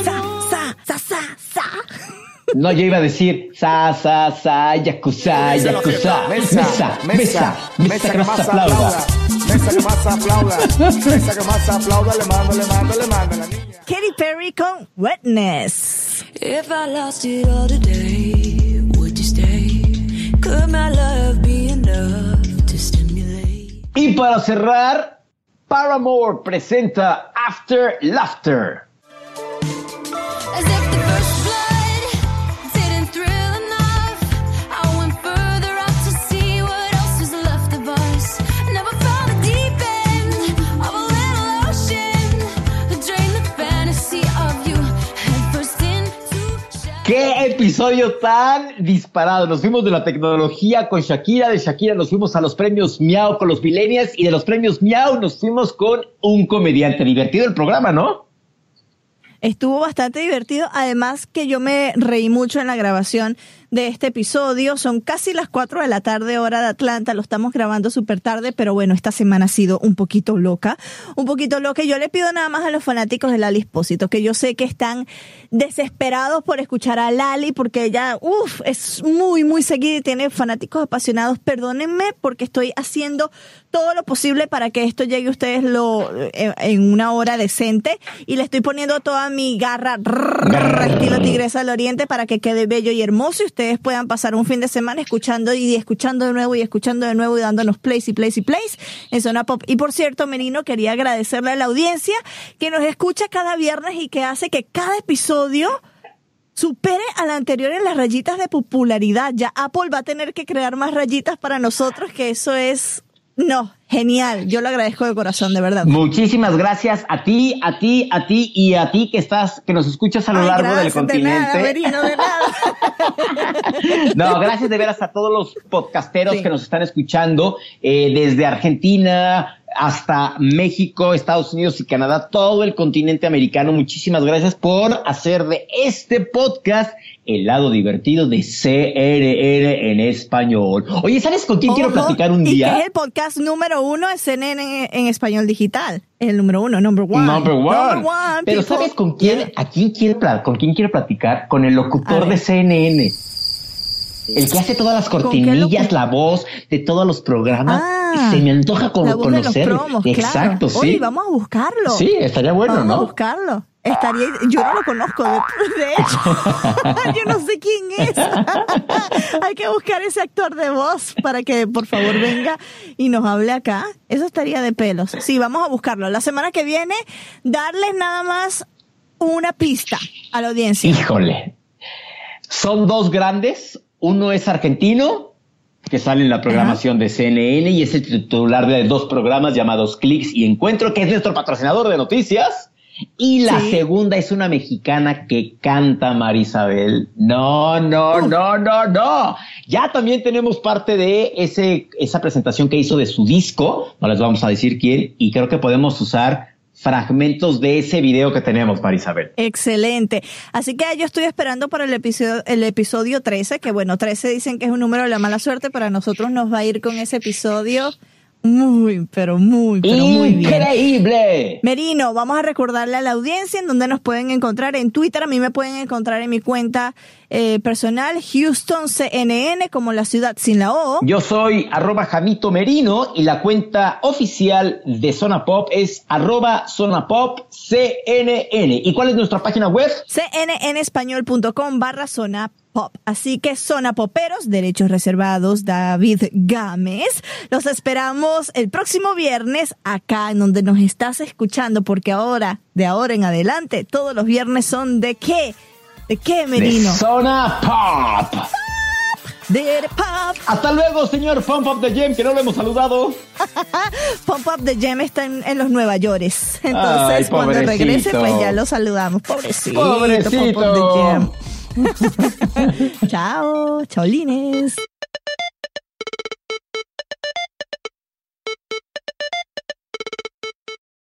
No, yo iba a decir yakuza, mesa que más aplauda. le mando la niña. Katy Perry con Wetness. If I lost it all today, would you stay? Could my love be enough to stimulate? Y para cerrar, Paramore presenta After Laughter. As if the first blood didn't thrill enough, I went further out to see what else is left of us. Never found the deep end of a little ocean, drained the fantasy of you headfirst into shadow. ¡Qué episodio tan disparado! Nos fuimos de la tecnología con Shakira, de Shakira nos fuimos a los premios Miau con los Millennials y de los premios Miau nos fuimos con un comediante. Divertido el programa, ¿no? Estuvo bastante divertido, además que yo me reí mucho en la grabación de este episodio. Son casi las 4 de la tarde, hora de Atlanta, lo estamos grabando súper tarde, pero bueno, esta semana ha sido un poquito loca. Y yo le pido nada más a los fanáticos de Lali Espósito, que yo sé que están desesperados por escuchar a Lali, porque ella, es muy, muy seguida y tiene fanáticos apasionados. Perdónenme, porque estoy haciendo todo lo posible para que esto llegue a ustedes en una hora decente, y le estoy poniendo toda mi garra estilo Tigresa del Oriente para que quede bello y hermoso y ustedes puedan pasar un fin de semana escuchando de nuevo y dándonos plays en Zona Pop. Y por cierto, Merino, quería agradecerle a la audiencia que nos escucha cada viernes y que hace que cada episodio supere al anterior en las rayitas de popularidad. Ya Apple va a tener que crear más rayitas para nosotros, que eso es... No, genial. Yo lo agradezco de corazón, de verdad. Muchísimas gracias a ti y a ti que nos escuchas a lo largo del continente. De nada, Merino, de nada. No, gracias de veras a todos los podcasteros que nos están escuchando desde Argentina hasta México, Estados Unidos y Canadá, todo el continente americano. Muchísimas gracias por hacer de este podcast el lado divertido de CNN en español. Oye, ¿sabes con quién quiero platicar un día? Y que es el podcast número 1 de CNN en español digital. El número 1, number one. Pero ¿sabes con quién? ¿Con quién quiero platicar? Con el locutor de CNN. El que hace todas las cortinillas, la voz de todos los programas. Se me antoja conocerlo. Exacto, claro. Oye, vamos a buscarlo. Sí, estaría bueno, vamos a buscarlo. Yo no lo conozco, de hecho. Yo no sé quién es. Hay que buscar ese actor de voz para que por favor venga y nos hable acá. Eso estaría de pelos. Sí, vamos a buscarlo. La semana que viene, darles nada más una pista a la audiencia. Híjole. Son dos grandes. Uno es argentino, que sale en la programación de CNN y es el titular de dos programas llamados Clics y Encuentro, que es nuestro patrocinador de noticias. Y la segunda es una mexicana que canta, Marisabel. No. Ya también tenemos parte de esa presentación que hizo de su disco. No les vamos a decir quién. Y creo que podemos usar fragmentos de ese video que tenemos, Marisabel. Excelente. Así que yo estoy esperando para el episodio 13, que bueno, 13 dicen que es un número de la mala suerte, pero a nosotros nos va a ir con ese episodio muy bien. ¡Increíble! Merino, vamos a recordarle a la audiencia en donde nos pueden encontrar en Twitter. A mí me pueden encontrar en mi cuenta personal, HoustonCNN, como la ciudad sin la O. Yo soy @JamitoMerino y la cuenta oficial de Zona Pop es @ZonaPopCNN. ¿Y cuál es nuestra página web? cnnespañol.com/Zona Pop. Así que Zona Poperos, derechos reservados, David Gámez. Los esperamos el próximo viernes acá en donde nos estás escuchando, porque de ahora en adelante, todos los viernes son ¿de qué? ¿De qué, Merino? De Zona Pop. De Pop. Hasta luego, señor Pump Up the Gem, que no lo hemos saludado. Pump Up the Gem está en los Nueva Yorkes. Entonces, cuando regrese, pues ya lo saludamos. Pobrecito. Pump Up the Gem. Chao, chaolines.